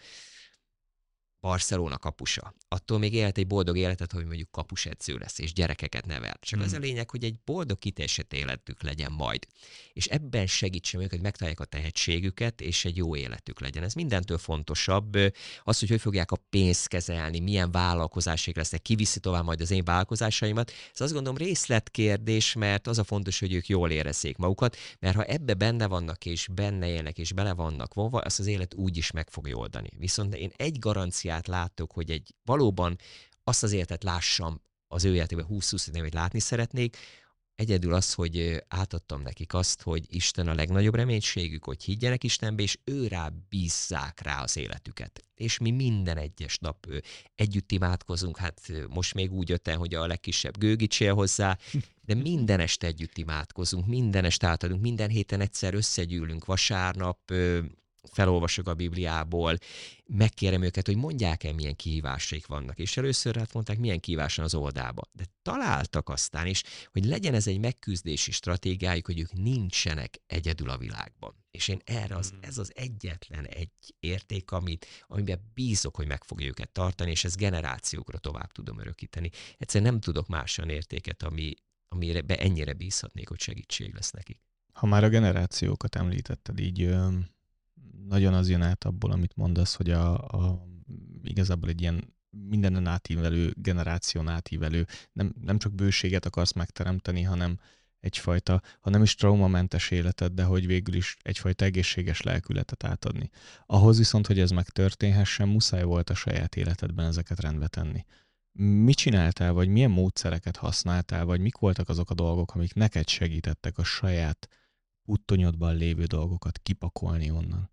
Barcelona kapusa. Attól még élt egy boldog életet, hogy mondjuk kapusedző lesz, és gyerekeket nevel. Csak hmm. az a lényeg, hogy egy boldog, kiteljesített életük legyen majd. És ebben segítsem őket, hogy megtalálják a tehetségüket, és egy jó életük legyen. Ez mindentől fontosabb. Az, hogy hogy fogják a pénzt kezelni, milyen vállalkozások lesznek, kiviszi tovább majd az én vállalkozásaimat. Ez azt gondolom részletkérdés, mert az a fontos, hogy ők jól érezzék magukat, mert ha ebbe benne vannak, és benne élnek, és bele vannak vonva, azt az élet úgy is meg fogja oldani. Viszont én egy garanciát látok, hogy egy valóban azt az életet lássam az ő életében húsz-húsz évet látni szeretnék, egyedül az, hogy átadtam nekik azt, hogy Isten a legnagyobb reménységük, hogy higgyenek Istenbe, és ő rá bízzák rá az életüket. És mi minden egyes nap együtt imádkozunk, hát most még úgy jött el, hogy a legkisebb gőgicsél hozzá, de minden este együtt imádkozunk, minden este átadunk, minden héten egyszer összegyűlünk, vasárnap felolvasok a Bibliából, megkérem őket, hogy mondják el, milyen kihívásaik vannak. És először hát mondták, milyen kihívás van az oldába. De találtak aztán is, hogy legyen ez egy megküzdési stratégiájuk, hogy ők nincsenek egyedül a világban. És én erre az, ez az egyetlen egy érték, amit, amiben bízok, hogy meg fogja őket tartani, és ez generációkra tovább tudom örökíteni. Egyszerűen nem tudok máson értéket, ami, amire be ennyire bízhatnék, hogy segítség lesz nekik. Ha már a generációkat említetted, így nagyon az jön át abból, amit mondasz, hogy a, a, igazából egy ilyen mindenen átívelő, generáción átívelő, nem, nem csak bőséget akarsz megteremteni, hanem egyfajta, ha nem is traumamentes életet, de hogy végül is egyfajta egészséges lelkületet átadni. Ahhoz viszont, hogy ez megtörténhessen, muszáj volt a saját életedben ezeket rendbe tenni. Mit csináltál, vagy milyen módszereket használtál, vagy mik voltak azok a dolgok, amik neked segítettek a saját puttonyodban lévő dolgokat kipakolni onnan?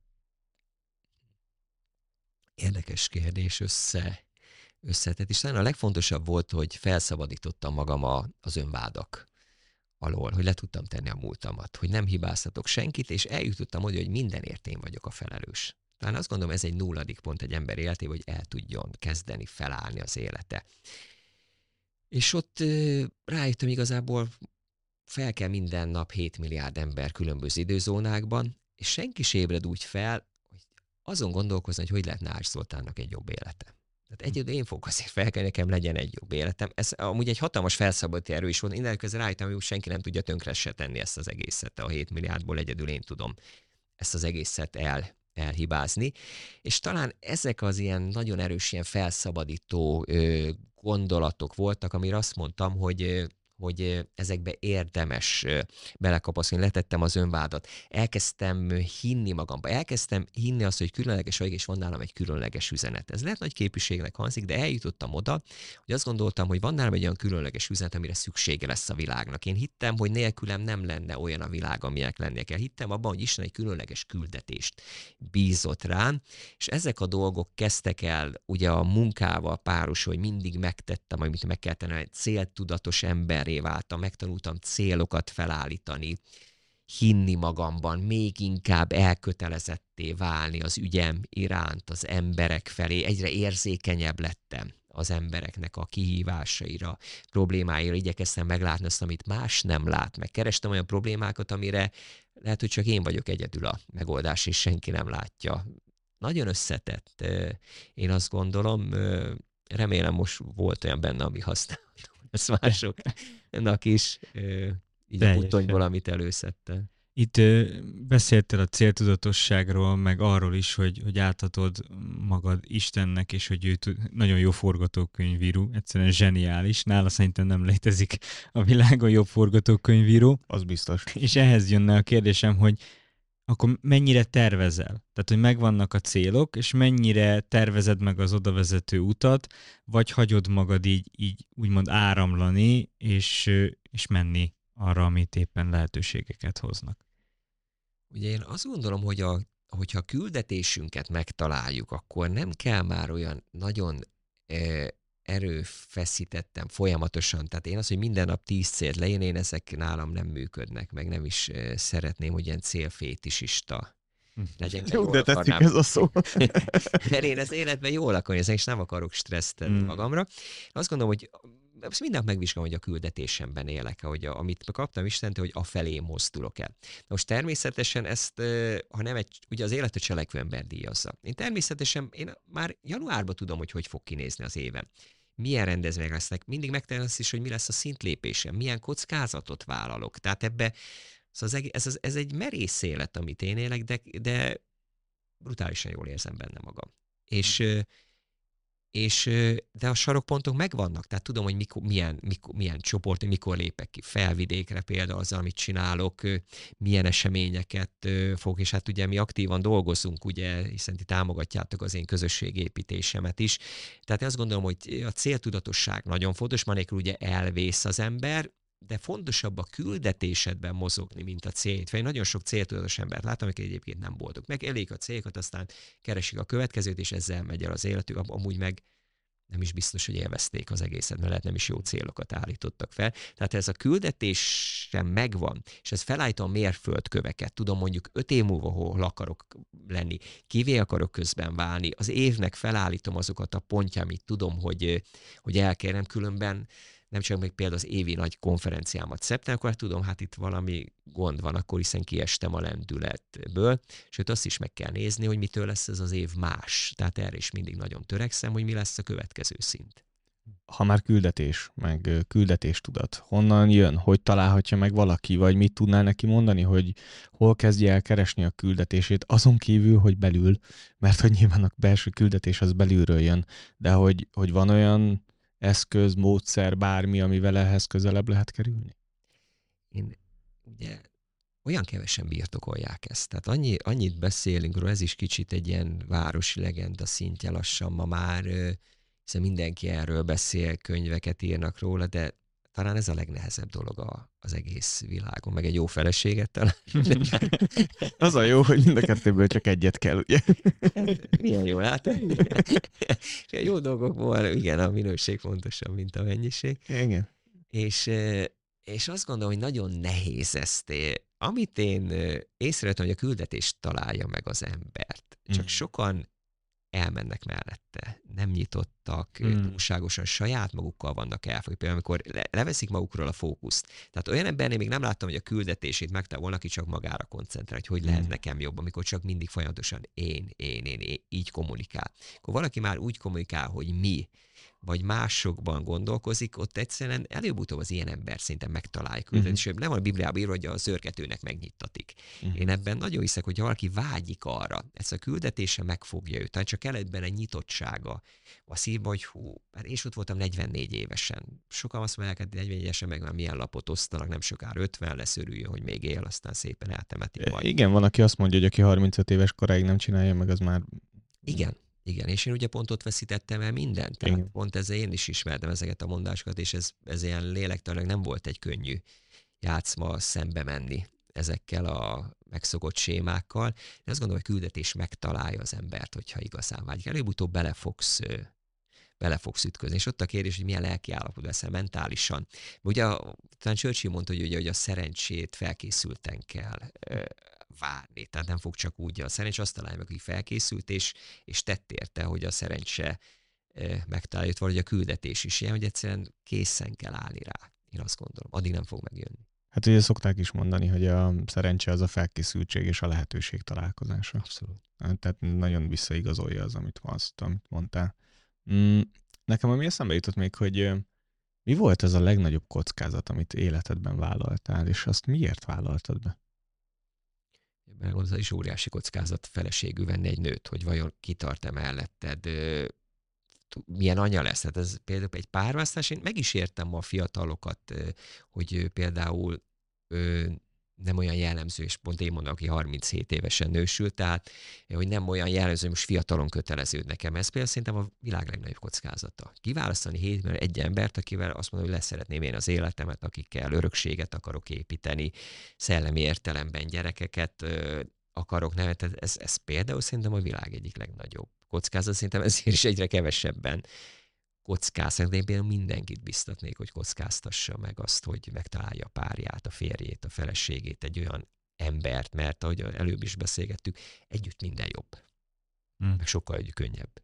Érdekes kérdés, össze, összetett. És talán a legfontosabb volt, hogy felszabadítottam magam a, az önvádak alól, hogy le tudtam tenni a múltamat, hogy nem hibáztatok senkit, és eljutottam oda, hogy mindenért én vagyok a felelős. Talán azt gondolom, ez egy nulladik pont egy ember életében, hogy el tudjon kezdeni felállni az élete. És ott rájöttem igazából, fel kell minden nap hét milliárd ember különböző időzónákban, és senki sem ébred úgy fel, hogy azon gondolkozni, hogy hogy lehetne Ács Zoltánnak egy jobb élete. Tehát egyedül én fogok azért fel kell, nekem legyen egy jobb életem. Ez amúgy egy hatalmas felszabadító erő is volt. Innen közben rájöttem, hogy senki nem tudja tönkre se tenni ezt az egészet. A hét milliárdból egyedül én tudom ezt az egészet el, elhibázni. És talán ezek az ilyen nagyon erős, ilyen felszabadító ö, gondolatok voltak, amire azt mondtam, hogy hogy ezekbe érdemes belekapaszkodni, letettem az önvádat. Elkezdtem hinni magamba, elkezdtem hinni azt, hogy különleges vagyok, és van nálam egy különleges üzenet. Ez lehet nagy képviségnek hangzik, de eljutottam oda, hogy azt gondoltam, hogy van nálam egy olyan különleges üzenet, amire szüksége lesz a világnak. Én hittem, hogy nélkülem nem lenne olyan a világ, amilyenek lennie kell. Hittem abban, hogy Isten egy különleges küldetést bízott rám, és ezek a dolgok kezdtek el ugye a munkával páros, hogy mindig megtettem, amit meg kell tenni, egy céltudatos ember váltam, megtanultam célokat felállítani, hinni magamban, még inkább elkötelezetté válni az ügyem iránt, az emberek felé. Egyre érzékenyebb lettem az embereknek a kihívásaira, problémáira, igyekeztem meglátni azt, amit más nem lát, meg kerestem olyan problémákat, amire lehet, hogy csak én vagyok egyedül a megoldás, és senki nem látja. Nagyon összetett, én azt gondolom, remélem most volt olyan benne, ami használható. Ezt másoknak is, így a puttonyból, amit előszedte. Itt ö, beszéltél a céltudatosságról, meg arról is, hogy, hogy átadod magad Istennek, és hogy ő tud, nagyon jó forgatókönyvíró, egyszerűen zseniális. Nála szerintem nem létezik a világon jobb forgatókönyvíró. Az biztos. És ehhez jönne a kérdésem, hogy akkor mennyire tervezel? Tehát, hogy megvannak a célok, és mennyire tervezed meg az odavezető utat, vagy hagyod magad így, így úgymond áramlani, és, és menni arra, amit éppen lehetőségeket hoznak? Ugye én azt gondolom, hogy a, hogyha a küldetésünket megtaláljuk, akkor nem kell már olyan nagyon e, erőfeszítettem folyamatosan. Tehát én az, hogy minden nap tíz célt leírni, én ezek nálam nem működnek, meg nem is e, szeretném, hogy ilyen célfétisista legyen. Jó, de tetszik ez a szó. Mert én az életben jól akarok érezni, és nem akarok stresszt tenni mm. magamra. Azt gondolom, hogy ezt minden nap megvizsgálom, hogy a küldetésemben élek, hogy a, amit kaptam Istentől, hogy afelé mozdulok el. Most természetesen ezt, ha nem egy, ugye az élet a cselekvő ember díjazza. Én természetesen, én már januárban tudom, hogy hogy fog kinézni az évem. Milyen rendezvények lesznek. Mindig megtenni azt is, hogy mi lesz a szintlépésem, milyen kockázatot vállalok. Tehát ebbe, szóval ez, ez, ez egy merész élet, amit én élek, de, de brutálisan jól érzem benne magam. És És, de a sarokpontok megvannak, tehát tudom, hogy mikor, milyen, mikor, milyen csoport, mikor lépek ki felvidékre például azzal, amit csinálok, milyen eseményeket fog, és hát ugye mi aktívan dolgozunk, ugye, hiszen ti támogatjátok az én közösségépítésemet is. Tehát én azt gondolom, hogy a céltudatosság nagyon fontos, ma nélkül ugye elvész az ember, de fontosabb a küldetésedben mozogni, mint a célt. Én nagyon sok céltudatos embert látom, akik egyébként nem boldog. Meg elég a célokat, aztán keresik a következőt, és ezzel megy el az életük. Amúgy meg nem is biztos, hogy élvezték az egészet, mert lehet nem is jó célokat állítottak fel. Tehát ez a küldetés sem megvan, és ez felállítom a mérföldköveket. Tudom mondjuk öt év múlva, hol akarok lenni, kivé akarok közben válni. Az évnek felállítom azokat a pontjait, tudom, hogy, hogy elkérem, különben nem csak még például az évi nagy konferenciámat szeptemberkor, tudom, hát itt valami gond van, akkor hiszen kiestem a lendületből, sőt azt is meg kell nézni, hogy mitől lesz ez az év más. Tehát erre is mindig nagyon törekszem, hogy mi lesz a következő szint. Ha már küldetés, meg küldetéstudat, honnan jön, hogy találhatja meg valaki, vagy mit tudnál neki mondani, hogy hol kezdje el keresni a küldetését, azon kívül, hogy belül, mert hogy nyilván a belső küldetés az belülről jön, de hogy, hogy van olyan eszköz, módszer, bármi, amivel ehhez közelebb lehet kerülni? Én ugye olyan kevesen birtokolják ezt. Tehát annyi, annyit beszélünk róla, ez is kicsit egy ilyen városi legenda szintje lassan ma már, hiszen mindenki erről beszél, könyveket írnak róla, de talán ez a legnehezebb dolog a, az egész világon, meg egy jó feleséget talán. Az a jó, hogy mind a kettőből csak egyet kell, ugye? Milyen jó, látod? Jó dolgokból, igen, a minőség fontosabb, mint a mennyiség. Igen. És, és azt gondolom, hogy nagyon nehéz ezt. Amit én észrevettem, hogy a küldetés találja meg az embert. Csak mm. sokan elmennek mellette, nem nyitottak, mm. túlságosan saját magukkal vannak elfogni. Például amikor le, leveszik magukról a fókuszt. Tehát olyan embernél még nem láttam, hogy a küldetését megtalál volna, aki csak magára koncentrál, hogy hogy mm. lehet nekem jobb, amikor csak mindig folyamatosan én, én, én, én, így kommunikál. Akkor valaki már úgy kommunikál, hogy mi, vagy másokban gondolkozik, ott egyszerűen előbb-utóbb az ilyen ember szinten megtalálja küldetés. Uh-huh. Le van a Bibliában írva, hogy a zörgetőnek megnyittatik. Uh-huh. Én ebben nagyon hiszek, hogy ha valaki vágyik arra, ez a küldetése megfogja őt, tehát csak kellett bele nyitottsága a szívba, hogy hú, hát én is ott voltam negyvennégy évesen. Sokan azt mondják, hogy negyvennégy évesen meg már milyen lapot osztanak, nem sokára ötven lesz, örüljön, hogy még él, aztán szépen eltemetik majd. Igen, van, aki azt mondja, hogy aki harmincöt éves koráig nem csinálja, meg az már... Igen. Igen, és én ugye pont ott veszítettem el mindent. Tehát igen. Pont ezzel én is ismertem ezeket a mondásokat, és ez, ez ilyen lélektanilag nem volt egy könnyű játszma szembe menni ezekkel a megszokott sémákkal. Én azt gondolom, hogy küldetés megtalálja az embert, hogyha igazán vágyik. Előbb-utóbb bele fogsz, bele fogsz ütközni. És ott a kérdés, hogy milyen lelki állapot leszel mentálisan. Ugye talán Churchill mondta, hogy, ugye, hogy a szerencsét felkészülten kell várni. Tehát nem fog csak úgy a szerencs, azt találja meg, hogy felkészült, és, és tett érte, hogy a szerencse e, megtalálja, valahogy a küldetés is ilyen, hogy egyszerűen készen kell állni rá. Én azt gondolom. Addig nem fog megjönni. Hát ugye szokták is mondani, hogy a szerencse az a felkészültség és a lehetőség találkozása. Abszolút. Tehát nagyon visszaigazolja az, amit, azt, amit mondtál. Mm, nekem ami eszembe jutott még, hogy mi volt ez a legnagyobb kockázat, amit életedben vállaltál, és azt miért vállaltad be? Mert az is óriási kockázat feleségül venni egy nőt, hogy vajon kitart-e melletted, milyen anya lesz. Hát ez például egy párválasztás, én meg is értem a fiatalokat, hogy például nem olyan jellemző, és pont én mondom, aki harminchét évesen nősült, tehát hogy nem olyan jellemző, hogy most fiatalon köteleződ nekem. Ez például szerintem a világ legnagyobb kockázata. Kiválasztani hétből egy embert, akivel azt mondom, hogy leszeretném én az életemet, akikkel örökséget akarok építeni, szellemi értelemben gyerekeket ö, akarok nevelni. Ez, ez például szerintem a világ egyik legnagyobb kockázat. Szerintem ezért is egyre kevesebben kockáztatnak, de én például mindenkit biztatnék, hogy kockáztassa meg azt, hogy megtalálja a párját, a férjét, a feleségét, egy olyan embert, mert ahogy előbb is beszélgettük, együtt minden jobb. Hmm. Meg sokkal egy könnyebb.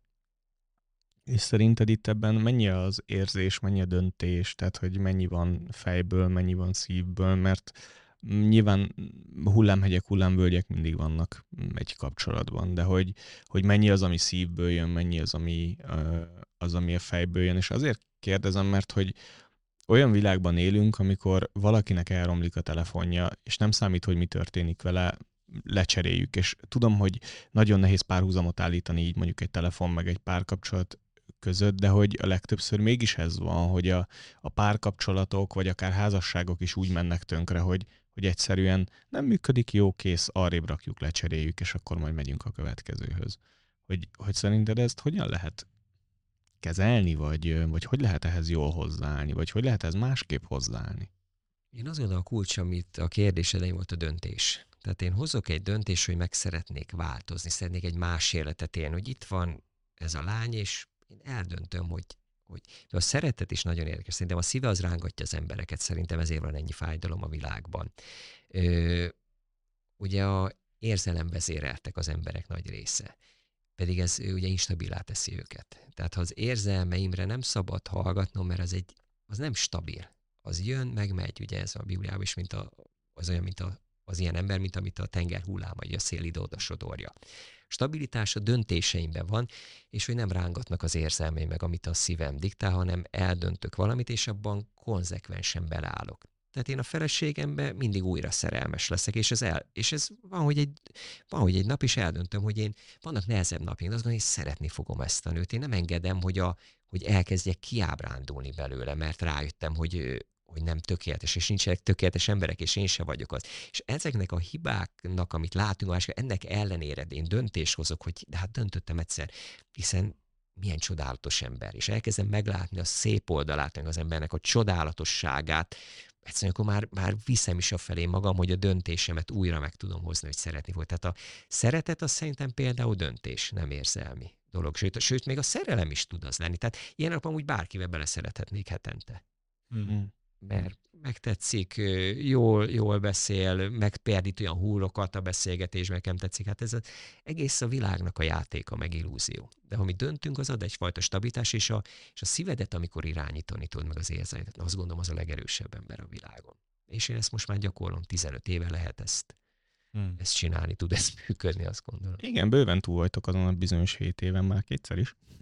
És szerinted itt ebben mennyi az érzés, mennyi a döntés, tehát hogy mennyi van fejből, mennyi van szívből, mert nyilván hullámhegyek, hullámvölgyek mindig vannak egy kapcsolatban, de hogy, hogy mennyi az, ami szívből jön, mennyi az, ami, az, ami a fejből jön, és azért kérdezem, mert hogy olyan világban élünk, amikor valakinek elromlik a telefonja, és nem számít, hogy mi történik vele, lecseréljük, és tudom, hogy nagyon nehéz párhuzamot állítani így mondjuk egy telefon meg egy párkapcsolat között, de hogy a legtöbbször mégis ez van, hogy a, a párkapcsolatok, vagy akár házasságok is úgy mennek tönkre, hogy, hogy egyszerűen nem működik, jó, kész, arrébb rakjuk, lecseréljük, és akkor majd megyünk a következőhöz. Hogy, hogy szerinted ezt hogyan lehet kezelni, vagy, vagy hogy lehet ehhez jól hozzáállni, vagy hogy lehet ez másképp hozzáállni? Én azt gondolom, a kulcs, amit a kérdés elején volt, a döntés. Tehát én hozok egy döntést, hogy meg szeretnék változni, szeretnék egy más életet élni, hogy itt van ez a lány, és én eldöntöm, hogy, hogy a szeretet is nagyon érdekes. Szerintem a szíve az rángatja az embereket, szerintem ezért van ennyi fájdalom a világban. Ö, ugye a érzelem vezéreltek az emberek nagy része, pedig ez ugye instabilá teszi őket. Tehát ha az érzelmeimre nem szabad hallgatnom, mert az, egy, az nem stabil. Az jön, megmegy, ugye ez a Bibliában is, mint a, az olyan, mint a, az ilyen ember, mint amit a tenger hulláma, a szél ide-oda sodorja. Stabilitás a döntéseimben van, és hogy nem rángatnak az érzelmeim meg, amit a szívem diktál, hanem eldöntök valamit, és abban konzekvensen beleállok. Tehát én a feleségemben mindig újra szerelmes leszek, és ez, el, és ez van, hogy egy, van, hogy egy nap is eldöntöm, hogy én vannak nehezebb napjaim, de azt gondolom, hogy szeretni fogom ezt a nőt. Én nem engedem, hogy, a, hogy elkezdjek kiábrándulni belőle, mert rájöttem, hogy hogy nem tökéletes, és nincsenek tökéletes emberek, és én se vagyok az. És ezeknek a hibáknak, amit látunk, ennek ellenére én döntést hozok, hogy de hát döntöttem egyszer, hiszen milyen csodálatos ember, és elkezdem meglátni a szép oldalát az embernek, a csodálatosságát, egyszerűen akkor már, már viszem is afelé magam, hogy a döntésemet újra meg tudom hozni, hogy szeretni volt. Tehát a szeretet az szerintem például döntés, nem érzelmi dolog. Sőt, sőt még a szerelem is tud az lenni. Tehát ilyen napon úgy bárkivel beleszerethetnék hetente. Mm-hmm. Mert megtetszik, jól, jól beszél, megperdít olyan húrokat a beszélgetésben, nekem tetszik. Hát ez az egész a világnak a játéka, meg illúzió. De ha mi döntünk, az ad egyfajta stabilitás, és a, és a szívedet, amikor irányítani tudod meg az érzelmet, azt gondolom, az a legerősebb ember a világon. És én ezt most már gyakorlom, tizenöt éve lehet ezt, hmm. ezt csinálni, tud ezt működni, azt gondolom. Igen, bőven túl vagytok azon a bizonyos hét éven, már kétszer is.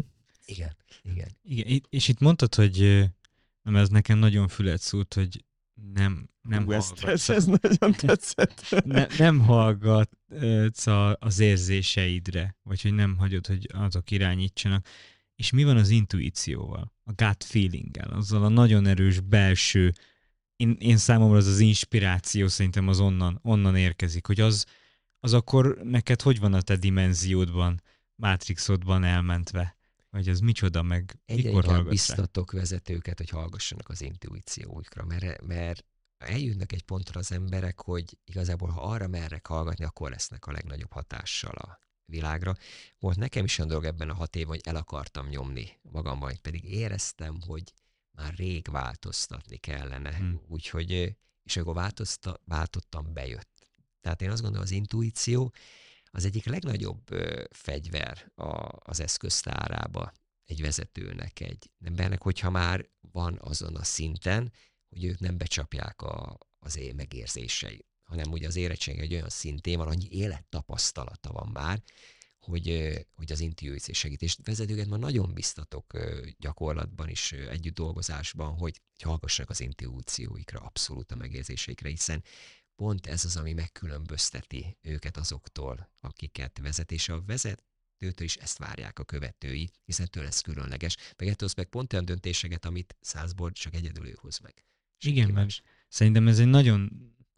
Igen, igen. Igen, és itt mondtad, hogy nem, ez nekem nagyon fület szúrt, hogy nem, nem Hú, ez, hallgatsz. ez, ez nagyon tetszett. Ne, nem hallgatsz az érzéseidre, vagy hogy nem hagyod, hogy azok irányítsanak. És mi van az intuícióval, a gut feelinggel, azzal a nagyon erős belső, én, én számomra az az inspiráció szerintem az onnan, onnan érkezik, hogy az, az akkor neked hogy van a te dimenziódban, mátrixodban elmentve, vagy az micsoda, meg Egyre mikor inkább hallgatsz rá? biztatok vezetőket, hogy hallgassanak az intuícióikra, mert, mert eljönnek egy pontra az emberek, hogy igazából ha arra mernek hallgatni, akkor lesznek a legnagyobb hatással a világra. Volt nekem is olyan dolog ebben a hat év, hogy el akartam nyomni magamban, pedig éreztem, hogy már rég változtatni kellene. Hmm. Úgyhogy, és akkor változta, váltottam, bejött. Tehát én azt gondolom, az intuíció az egyik legnagyobb ö, fegyver a, az eszköztárába egy vezetőnek, egy embernek, hogyha már van azon a szinten, hogy ők nem becsapják a, az én megérzéseit, hanem ugye az érettség egy olyan szintén van, annyi élettapasztalata van már, hogy, hogy az intuíció segít. És vezetőket már nagyon biztatok gyakorlatban is, együtt dolgozásban, hogy hallgassanak az intuícióikra, abszolút a megérzéseikre, hiszen pont ez az, ami megkülönbözteti őket azoktól, akiket vezet, és a vezetőtől is ezt várják a követői, hiszen tőle ez különleges. Meg ettől meg pont olyan döntéseket, amit százból csak egyedül ő hoz meg. Senki Igen, mert más. szerintem ez egy nagyon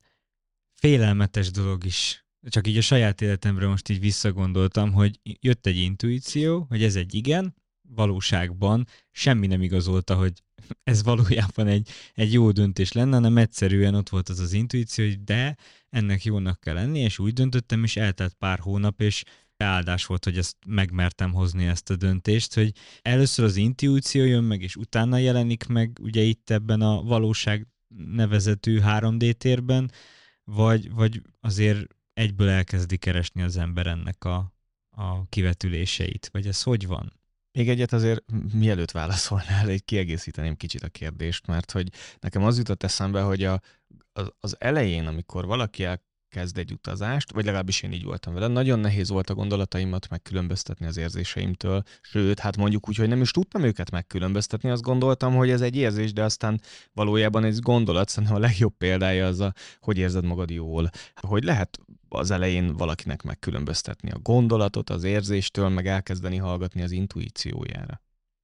félelmetes dolog is. Csak így a saját életemre most így visszagondoltam, hogy jött egy intuíció, hogy ez egy igen, valóságban semmi nem igazolta, hogy ez valójában egy, egy jó döntés lenne, hanem egyszerűen ott volt az az intuíció, hogy de ennek jónak kell lenni, és úgy döntöttem, és eltelt pár hónap, és áldás volt, hogy ezt megmertem hozni ezt a döntést, hogy először az intuíció jön meg, és utána jelenik meg ugye itt ebben a valóság nevezetű három dé térben, vagy, vagy azért egyből elkezdi keresni az ember ennek a, a kivetüléseit, vagy ez hogy van? Még egyet azért, mielőtt válaszolnál, egy kiegészíteném kicsit a kérdést, mert hogy nekem az jutott eszembe, hogy a, az, az elején, amikor valaki elkezd egy utazást, vagy legalábbis én így voltam vele, nagyon nehéz volt a gondolataimat megkülönböztetni az érzéseimtől, sőt, hát mondjuk úgy, hogy nem is tudtam őket megkülönböztetni, azt gondoltam, hogy ez egy érzés, de aztán valójában egy gondolat, szerintem a legjobb példája az a, hogy érzed magad jól, hogy lehet az elején valakinek megkülönböztetni a gondolatot az érzéstől, meg elkezdeni hallgatni az intuíciójára.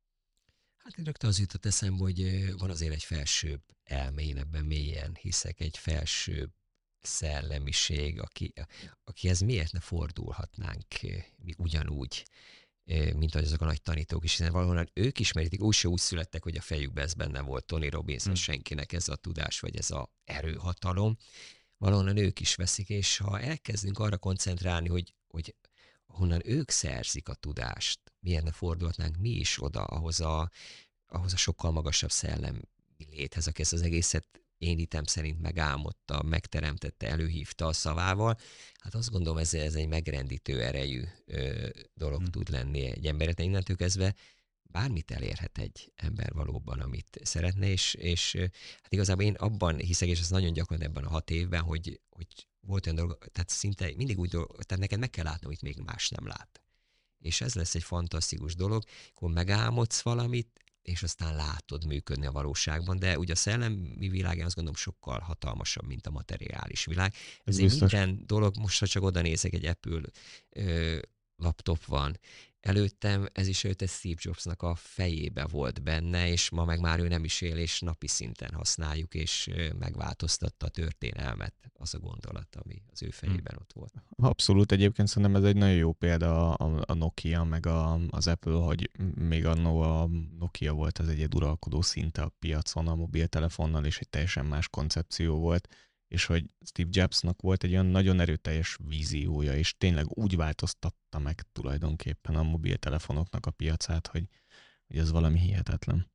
Hát én rögtön az jutott eszembe, hogy van azért egy felsőbb elme, én ebben mélyen hiszek, egy felsőbb szellemiség, aki, akihez miért ne fordulhatnánk mi ugyanúgy, mint ahogy azok a nagy tanítók is, hiszen valahonnan ők ismerítik, úgy se úgy születtek, hogy a fejükben ez benne volt, Tony Robbins, hmm. senkinek ez a tudás, vagy ez a erőhatalom, valahonnan ők is veszik, és ha elkezdünk arra koncentrálni, hogy, hogy honnan ők szerzik a tudást, miért ne fordulhatnánk mi is oda, ahhoz a, ahhoz a sokkal magasabb szellemi léthez, aki ezt az egészet én hitem szerint megálmodta, megteremtette, előhívta a szavával. Hát azt gondolom, ez, ez egy megrendítő erejű ö, dolog hmm. tud lenni egy emberet. Innentől kezdve bármit elérhet egy ember valóban, amit szeretne, és, és hát igazából én abban hiszek, és ez nagyon gyakran ebben a hat évben, hogy, hogy volt olyan dolog, tehát szinte mindig úgy dolog, tehát neked meg kell látni, amit még más nem lát. És ez lesz egy fantasztikus dolog, akkor megálmodsz valamit, és aztán látod működni a valóságban, de ugye a szellemi világ, én azt gondolom, sokkal hatalmasabb, mint a materiális világ. Ezért minden dolog, most ha csak oda nézek, egy Apple ö, laptop van, előttem ez is őt egy Steve Jobsnak a fejébe volt benne, és ma meg már ő nem is él, és napi szinten használjuk, és megváltoztatta a történelmet az a gondolat, ami az ő fejében ott volt. Abszolút, egyébként szerintem ez egy nagyon jó példa a, a Nokia, meg a, az Apple, hogy még annó a Nokia volt az egy uralkodó szinte a piacon a mobiltelefonnal, és egy teljesen más koncepció volt, és hogy Steve Jobsnak volt egy olyan nagyon erőteljes víziója, és tényleg úgy változtatta meg tulajdonképpen a mobiltelefonoknak a piacát, hogy, hogy ez valami hihetetlen.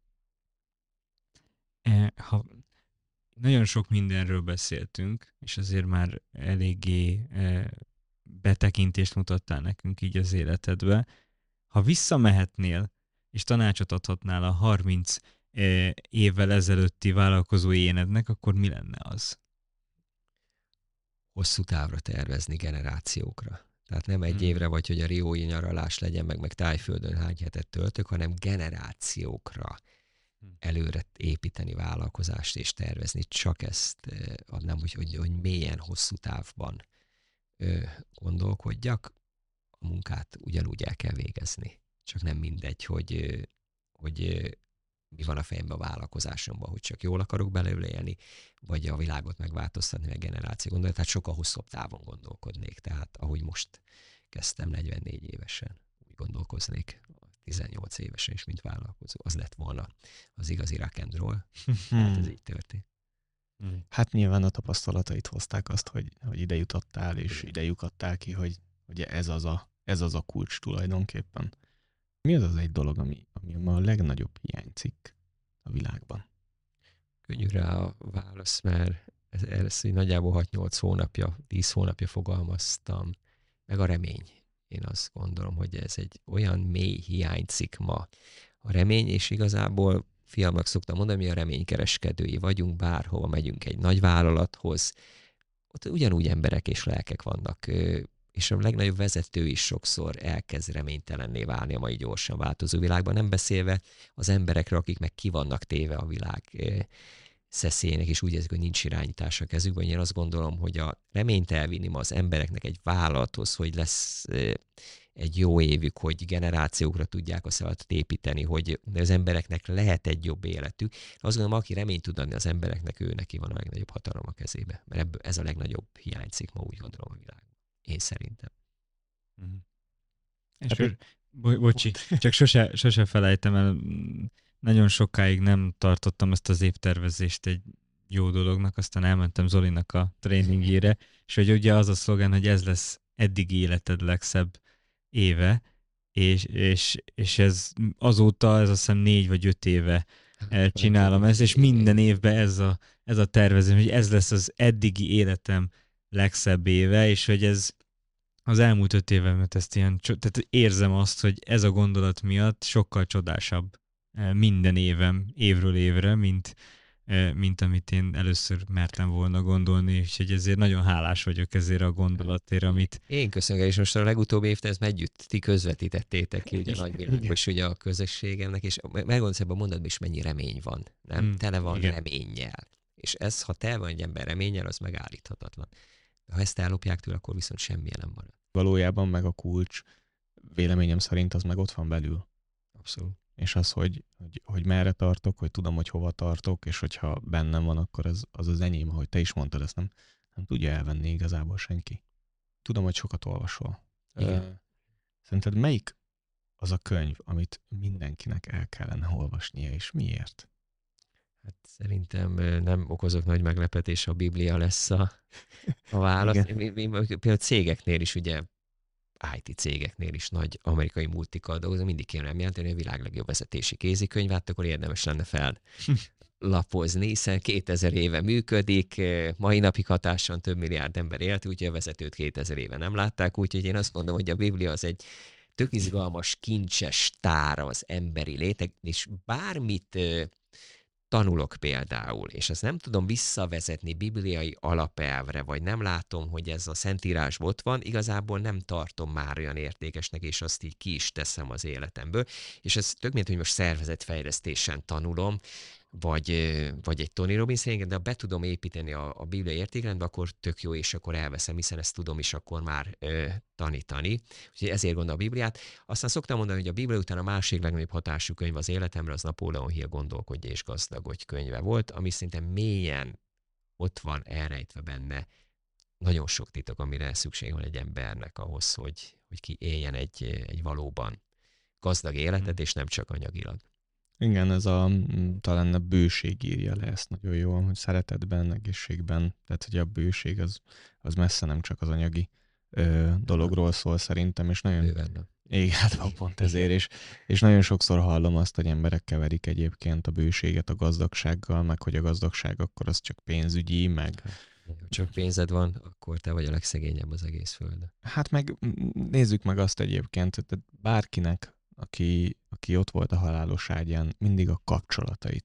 Ha nagyon sok mindenről beszéltünk, és azért már eléggé betekintést mutattál nekünk így az életedbe. Ha visszamehetnél, és tanácsot adhatnál a harminc évvel ezelőtti vállalkozói énednek, akkor mi lenne az? Hosszú távra tervezni, generációkra. Tehát nem egy Hmm. évre, vagy hogy a riói nyaralás legyen, meg, meg Tájföldön hány hetet töltök, hanem generációkra előre építeni vállalkozást és tervezni. Csak ezt adnám, hogy, hogy, hogy mélyen, hosszú távban ö, gondolkodjak. A munkát ugyanúgy el kell végezni. Csak nem mindegy, hogy, hogy mi van a fejemben a vállalkozásomban, hogy csak jól akarok belőle élni, vagy a világot megváltoztatni, meg generáció gondolni. Tehát sokkal hosszabb távon gondolkodnék. Tehát ahogy most kezdtem negyvennégy évesen, úgy gondolkoznék tizennyolc évesen is, mint vállalkozó. Az lett volna az igazi rock and roll. Hát ez így történt. Hát nyilván a tapasztalatait hozták azt, hogy, hogy ide jutottál, és ide lyukadtál ki, hogy, hogy ez, az a, ez az a kulcs tulajdonképpen. Mi az az egy dolog, ami, ami ma a legnagyobb hiányzik a világban? Könnyű rá a válasz, mert ez, ez nagyjából hat-nyolc hónapja, tíz hónapja fogalmaztam, meg a remény. Én azt gondolom, hogy ez egy olyan mély hiányzik ma. A remény, és igazából fiamnak szoktam mondani, mi a reménykereskedői vagyunk, bárhova megyünk egy nagy vállalathoz, ott ugyanúgy emberek és lelkek vannak, és a legnagyobb vezető is sokszor elkezd reménytelenné válni a mai gyorsan változó világban, nem beszélve az emberekre, akik meg ki vannak téve a világ szeszélyének, és úgy érzik, hogy nincs irányítás a kezükben. Én azt gondolom, hogy a reményt elvinni ma az embereknek egy vállalathoz, hogy lesz egy jó évük, hogy generációkra tudják a szalatot építeni, hogy az embereknek lehet egy jobb életük. Azt gondolom, aki reményt tud adni az embereknek, ő neki van a legnagyobb hatalom a kezébe. Mert ebből ez a legnagyobb hiányzik ma, úgy gondolom, a világban. Én szerintem. Uh-huh. És ő, bo- bocsi, csak sose, sose felejtem el, nagyon sokáig nem tartottam ezt az évtervezést egy jó dolognak, aztán elmentem Zolinak a tréningére, és hogy ugye az a szlogen, hogy ez lesz eddigi életed legszebb éve, és, és, és ez azóta, ez azt hiszem négy vagy öt éve csinálom ezt, és minden évben ez a, ez a tervezés, hogy ez lesz az eddigi életem legszebb éve, és hogy ez az elmúlt öt évemet ezt ilyen, tehát érzem azt, hogy ez a gondolat miatt sokkal csodásabb minden évem, évről évre, mint, mint amit én először mertem volna gondolni, és hogy ezért nagyon hálás vagyok ezért a gondolatért, amit... Én köszönöm, és most a legutóbbi évben ezt együtt ti közvetítettétek ki, ugye nagyvilágos ugye a közösségemnek, és meggondolsz ebben a mondatban is mennyi remény van, nem? Hmm, Tele van igen. reménnyel. És ez, ha te van egy ember reménnyel, az megállíthatatlan. De ha ezt ellopják tőle, akkor viszont semmilyen nem marad. Valójában meg a kulcs, véleményem szerint az meg ott van belül. Abszolút. És az, hogy, hogy, hogy merre tartok, hogy tudom, hogy hova tartok, és hogyha bennem van, akkor az az, az enyém, ahogy te is mondtad, ezt nem, nem tudja elvenni igazából senki. Tudom, hogy sokat olvasol. Igen. Szerinted melyik az a könyv, amit mindenkinek el kellene olvasnia, és miért? Hát szerintem nem okozok nagy meglepetés, a Biblia lesz a, a válasz. Például cégeknél is, ugye í té cégeknél is nagy amerikai multikkal dolgozom, mindig kéne jelenteni a világ legjobb vezetési kézikönyvát, akkor érdemes lenne fellapozni, hiszen kétezer éve működik, mai napig hatáson több milliárd ember élt, úgyhogy a vezetőt kétezer éve nem látták, úgyhogy én azt mondom, hogy a Biblia az egy tök izgalmas, kincses tára az emberi létek, és bármit tanulok például, és ezt nem tudom visszavezetni bibliai alapelvre, vagy nem látom, hogy ez a Szentírásban ott van, igazából nem tartom már olyan értékesnek, és azt így ki is teszem az életemből. És ez tök mint, hogy most szervezetfejlesztésen tanulom, vagy, vagy egy Tony Robbins, de ha be tudom építeni a, a bibliai értékrendbe, akkor tök jó, és akkor elveszem, hiszen ezt tudom is akkor már ö, tanítani. Úgyhogy ezért gondolom a Bibliát. Aztán szoktam mondani, hogy a Biblia után a másik legnagyobb hatású könyv az életemre, az Napóleon Hill Gondolkodj és gazdagodj könyve volt, ami szinte mélyen ott van elrejtve benne nagyon sok titok, amire szükség van egy embernek ahhoz, hogy, hogy ki éljen egy, egy valóban gazdag életet, és nem csak anyagilag. Igen, ez a talán a bőség írja le ezt nagyon jól, hogy szeretetben, egészségben, tehát hogy a bőség az, az messze nem csak az anyagi ö, dologról szól szerintem, és nagyon... Bőven. Igen, hát van pont ezért, és, és nagyon sokszor hallom azt, hogy emberek keverik egyébként a bőséget a gazdagsággal, meg hogy a gazdagság akkor az csak pénzügyi, meg... Ha csak pénzed van, akkor te vagy a legszegényebb az egész földön. Hát meg nézzük meg azt egyébként, hogy bárkinek, aki, aki ott volt a halálos ágyán, mindig a kapcsolatait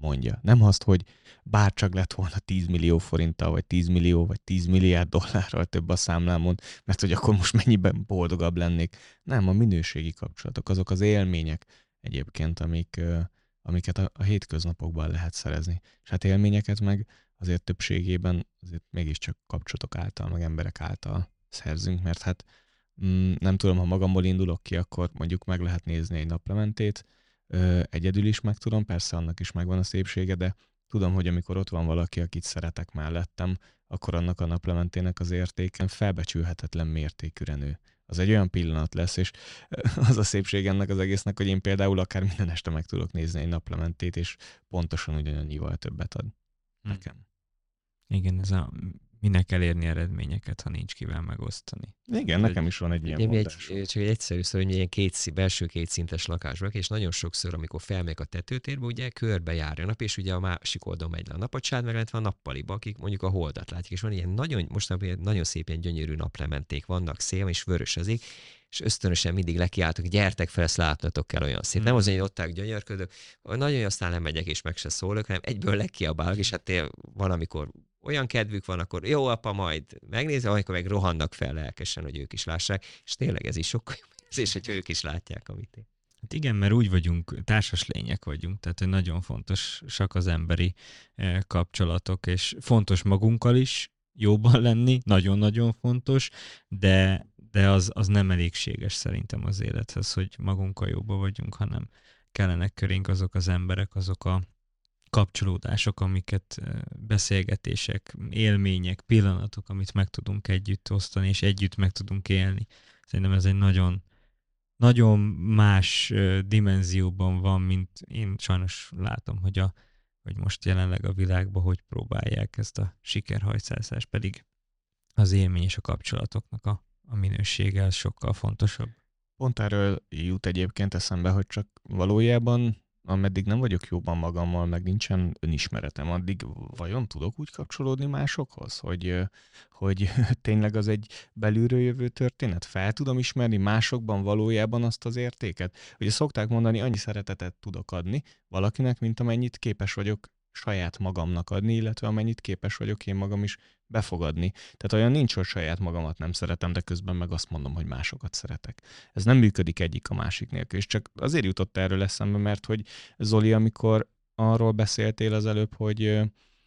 mondja. Nem azt, hogy bárcsak lett volna tíz millió forinttal, vagy tíz millió, vagy tíz milliárd dollárral több a számlámon, mert hogy akkor most mennyiben boldogabb lennék. Nem, a minőségi kapcsolatok, azok az élmények egyébként, amik, amiket a, a hétköznapokban lehet szerezni. És hát élményeket meg azért többségében azért mégiscsak kapcsolatok által, meg emberek által szerzünk, mert hát mm, nem tudom, ha magamból indulok ki, akkor mondjuk meg lehet nézni egy naplementét, Ö, egyedül is meg tudom, persze annak is megvan a szépsége, de tudom, hogy amikor ott van valaki, akit szeretek mellettem, akkor annak a naplementének az értéken felbecsülhetetlen mértékűre nő. Az egy olyan pillanat lesz, és az a szépség ennek az egésznek, hogy én például akár minden este meg tudok nézni egy naplementét, és pontosan ugyanannyival többet ad nekem. Igen, ez a minek elérni eredményeket, ha nincs kivel megosztani. Igen, nekem is van egy ilyen mondás. Egy, csak egy egyszerű szó, hogy ilyen két, belső kétszintes lakásban, és nagyon sokszor, amikor felmegyek a tetőtérbe, ugye körbe jár a nap, és ugye a másik oldalon megy le a napocsád, meg van a nappaliba, akik mondjuk a holdat látják, és van ilyen nagyon, mostanában nagyon szép ilyen gyönyörű naplementék vannak, szél és vörös az ég, és ösztönösen mindig lekiáltok, gyertek fel, ezt látnatok kell, olyan szép. Hmm. Nem az, hogy ott gyönyörködök, nagyon aztán nem megyek és meg se szólok, hanem egyből lekiabálok, és hát van, amikor olyan kedvük van, akkor jó apa, majd megnézve, amikor meg rohannak fel lelkesen, hogy ők is lássák, és tényleg ez is sokkal jobb érzés, hogy ők is látják, amit én. Hát igen, mert úgy vagyunk, társas lények vagyunk, tehát hogy nagyon fontosak az emberi kapcsolatok, és fontos magunkkal is jóban lenni, nagyon-nagyon fontos, de, de az, az nem elégséges szerintem az élethez, hogy magunkkal jóban vagyunk, hanem kellenek körénk azok az emberek, azok a kapcsolódások, amiket beszélgetések, élmények, pillanatok, amit meg tudunk együtt osztani, és együtt meg tudunk élni. Szerintem ez egy nagyon, nagyon más dimenzióban van, mint én sajnos látom, hogy, a, hogy most jelenleg a világban hogy próbálják ezt a sikerhajszálszást, pedig az élmény és a kapcsolatoknak a, a minősége az sokkal fontosabb. Pont erről jut egyébként eszembe, hogy csak valójában ameddig nem vagyok jóban magammal, meg nincsen önismeretem, addig vajon tudok úgy kapcsolódni másokhoz, hogy, hogy tényleg az egy belülről jövő történet? Fel tudom ismerni másokban valójában azt az értéket? Ugye szokták mondani, annyi szeretetet tudok adni valakinek, mint amennyit képes vagyok saját magamnak adni, illetve amennyit képes vagyok én magam is befogadni. Tehát olyan nincs, hogy saját magamat nem szeretem, de közben meg azt mondom, hogy másokat szeretek. Ez nem működik egyik a másik nélkül. És csak azért jutott erről eszembe, mert hogy Zoli, amikor arról beszéltél az előbb, hogy,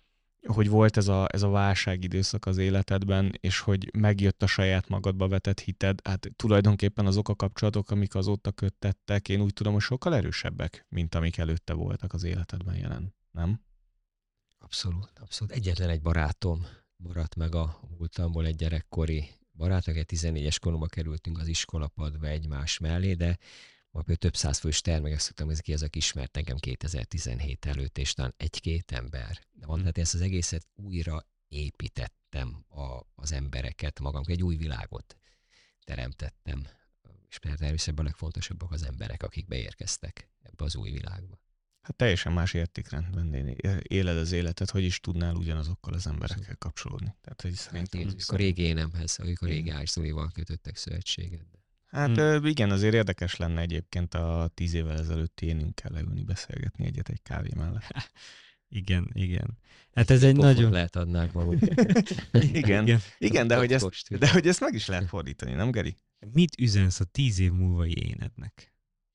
hogy volt ez a, ez a válságidőszak az életedben, és hogy megjött a saját magadba vetett hited, hát tulajdonképpen azok a kapcsolatok, amik azóta köttettek, én úgy tudom, hogy sokkal erősebbek, mint amik előtte voltak az életedben jelen. Nem? Abszolút, abszolút. Egyetlen egy barátom maradt meg a múltamból, egy gyerekkori barát, aki tizennégyes koromban kerültünk az iskolapadba egymás mellé, de ma például több száz fős termegek szoktam, ez ki az, aki ismert engem kétezer-tizenhét előtt, és talán egy-két ember. De van, tehát ezt az egészet újra építettem a, az embereket, magam egy új világot teremtettem. És természetesen a legfontosabbak az emberek, akik beérkeztek ebbe az új világba. Hát teljesen más értékrendben éled az életet, hogy is tudnál ugyanazokkal az emberekkel kapcsolódni. Tehát, hogy szerintem... Hát, a régi énemhez, akik a régi Ács Zolival kötöttek szövetséget. Hát hmm. igen, azért érdekes lenne egyébként a tíz évvel ezelőtti énünkkel leülni, beszélgetni egyet egy kávé mellett. Igen, igen. Hát ez egy nagyon... lehet adnák maguk. igen, igen, igen, de, hogy ezt, de hogy ezt meg is lehet fordítani, nem Geri? Mit üzensz a tíz év múlvai énednek?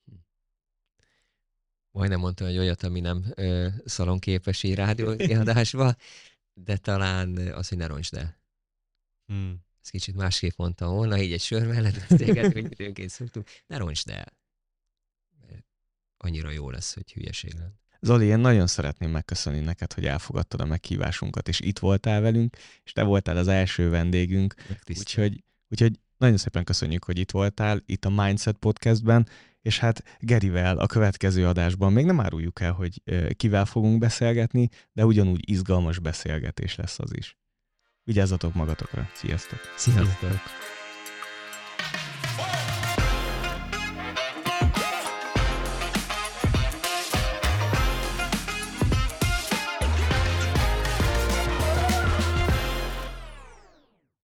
Majdnem mondtam, hogy olyat, ami nem ö, szalonképes így rádióadásba, de talán az, hogy ne roncsd el. Hmm. Ezt kicsit másképp mondtam volna, így egy sör mellett beszélgetünk, hogy időnként szoktunk. Ne roncsd el. Mert annyira jó lesz, hogy hülyeség lenne. Zoli, én nagyon szeretném megköszönni neked, hogy elfogadtad a meghívásunkat, és itt voltál velünk, és te voltál az első vendégünk. Úgyhogy, úgyhogy nagyon szépen köszönjük, hogy itt voltál, itt a Mindset Podcastben, és hát Gerivel a következő adásban még nem áruljuk el, hogy kivel fogunk beszélgetni, de ugyanúgy izgalmas beszélgetés lesz az is. Vigyázzatok magatokra. Sziasztok! Sziasztok!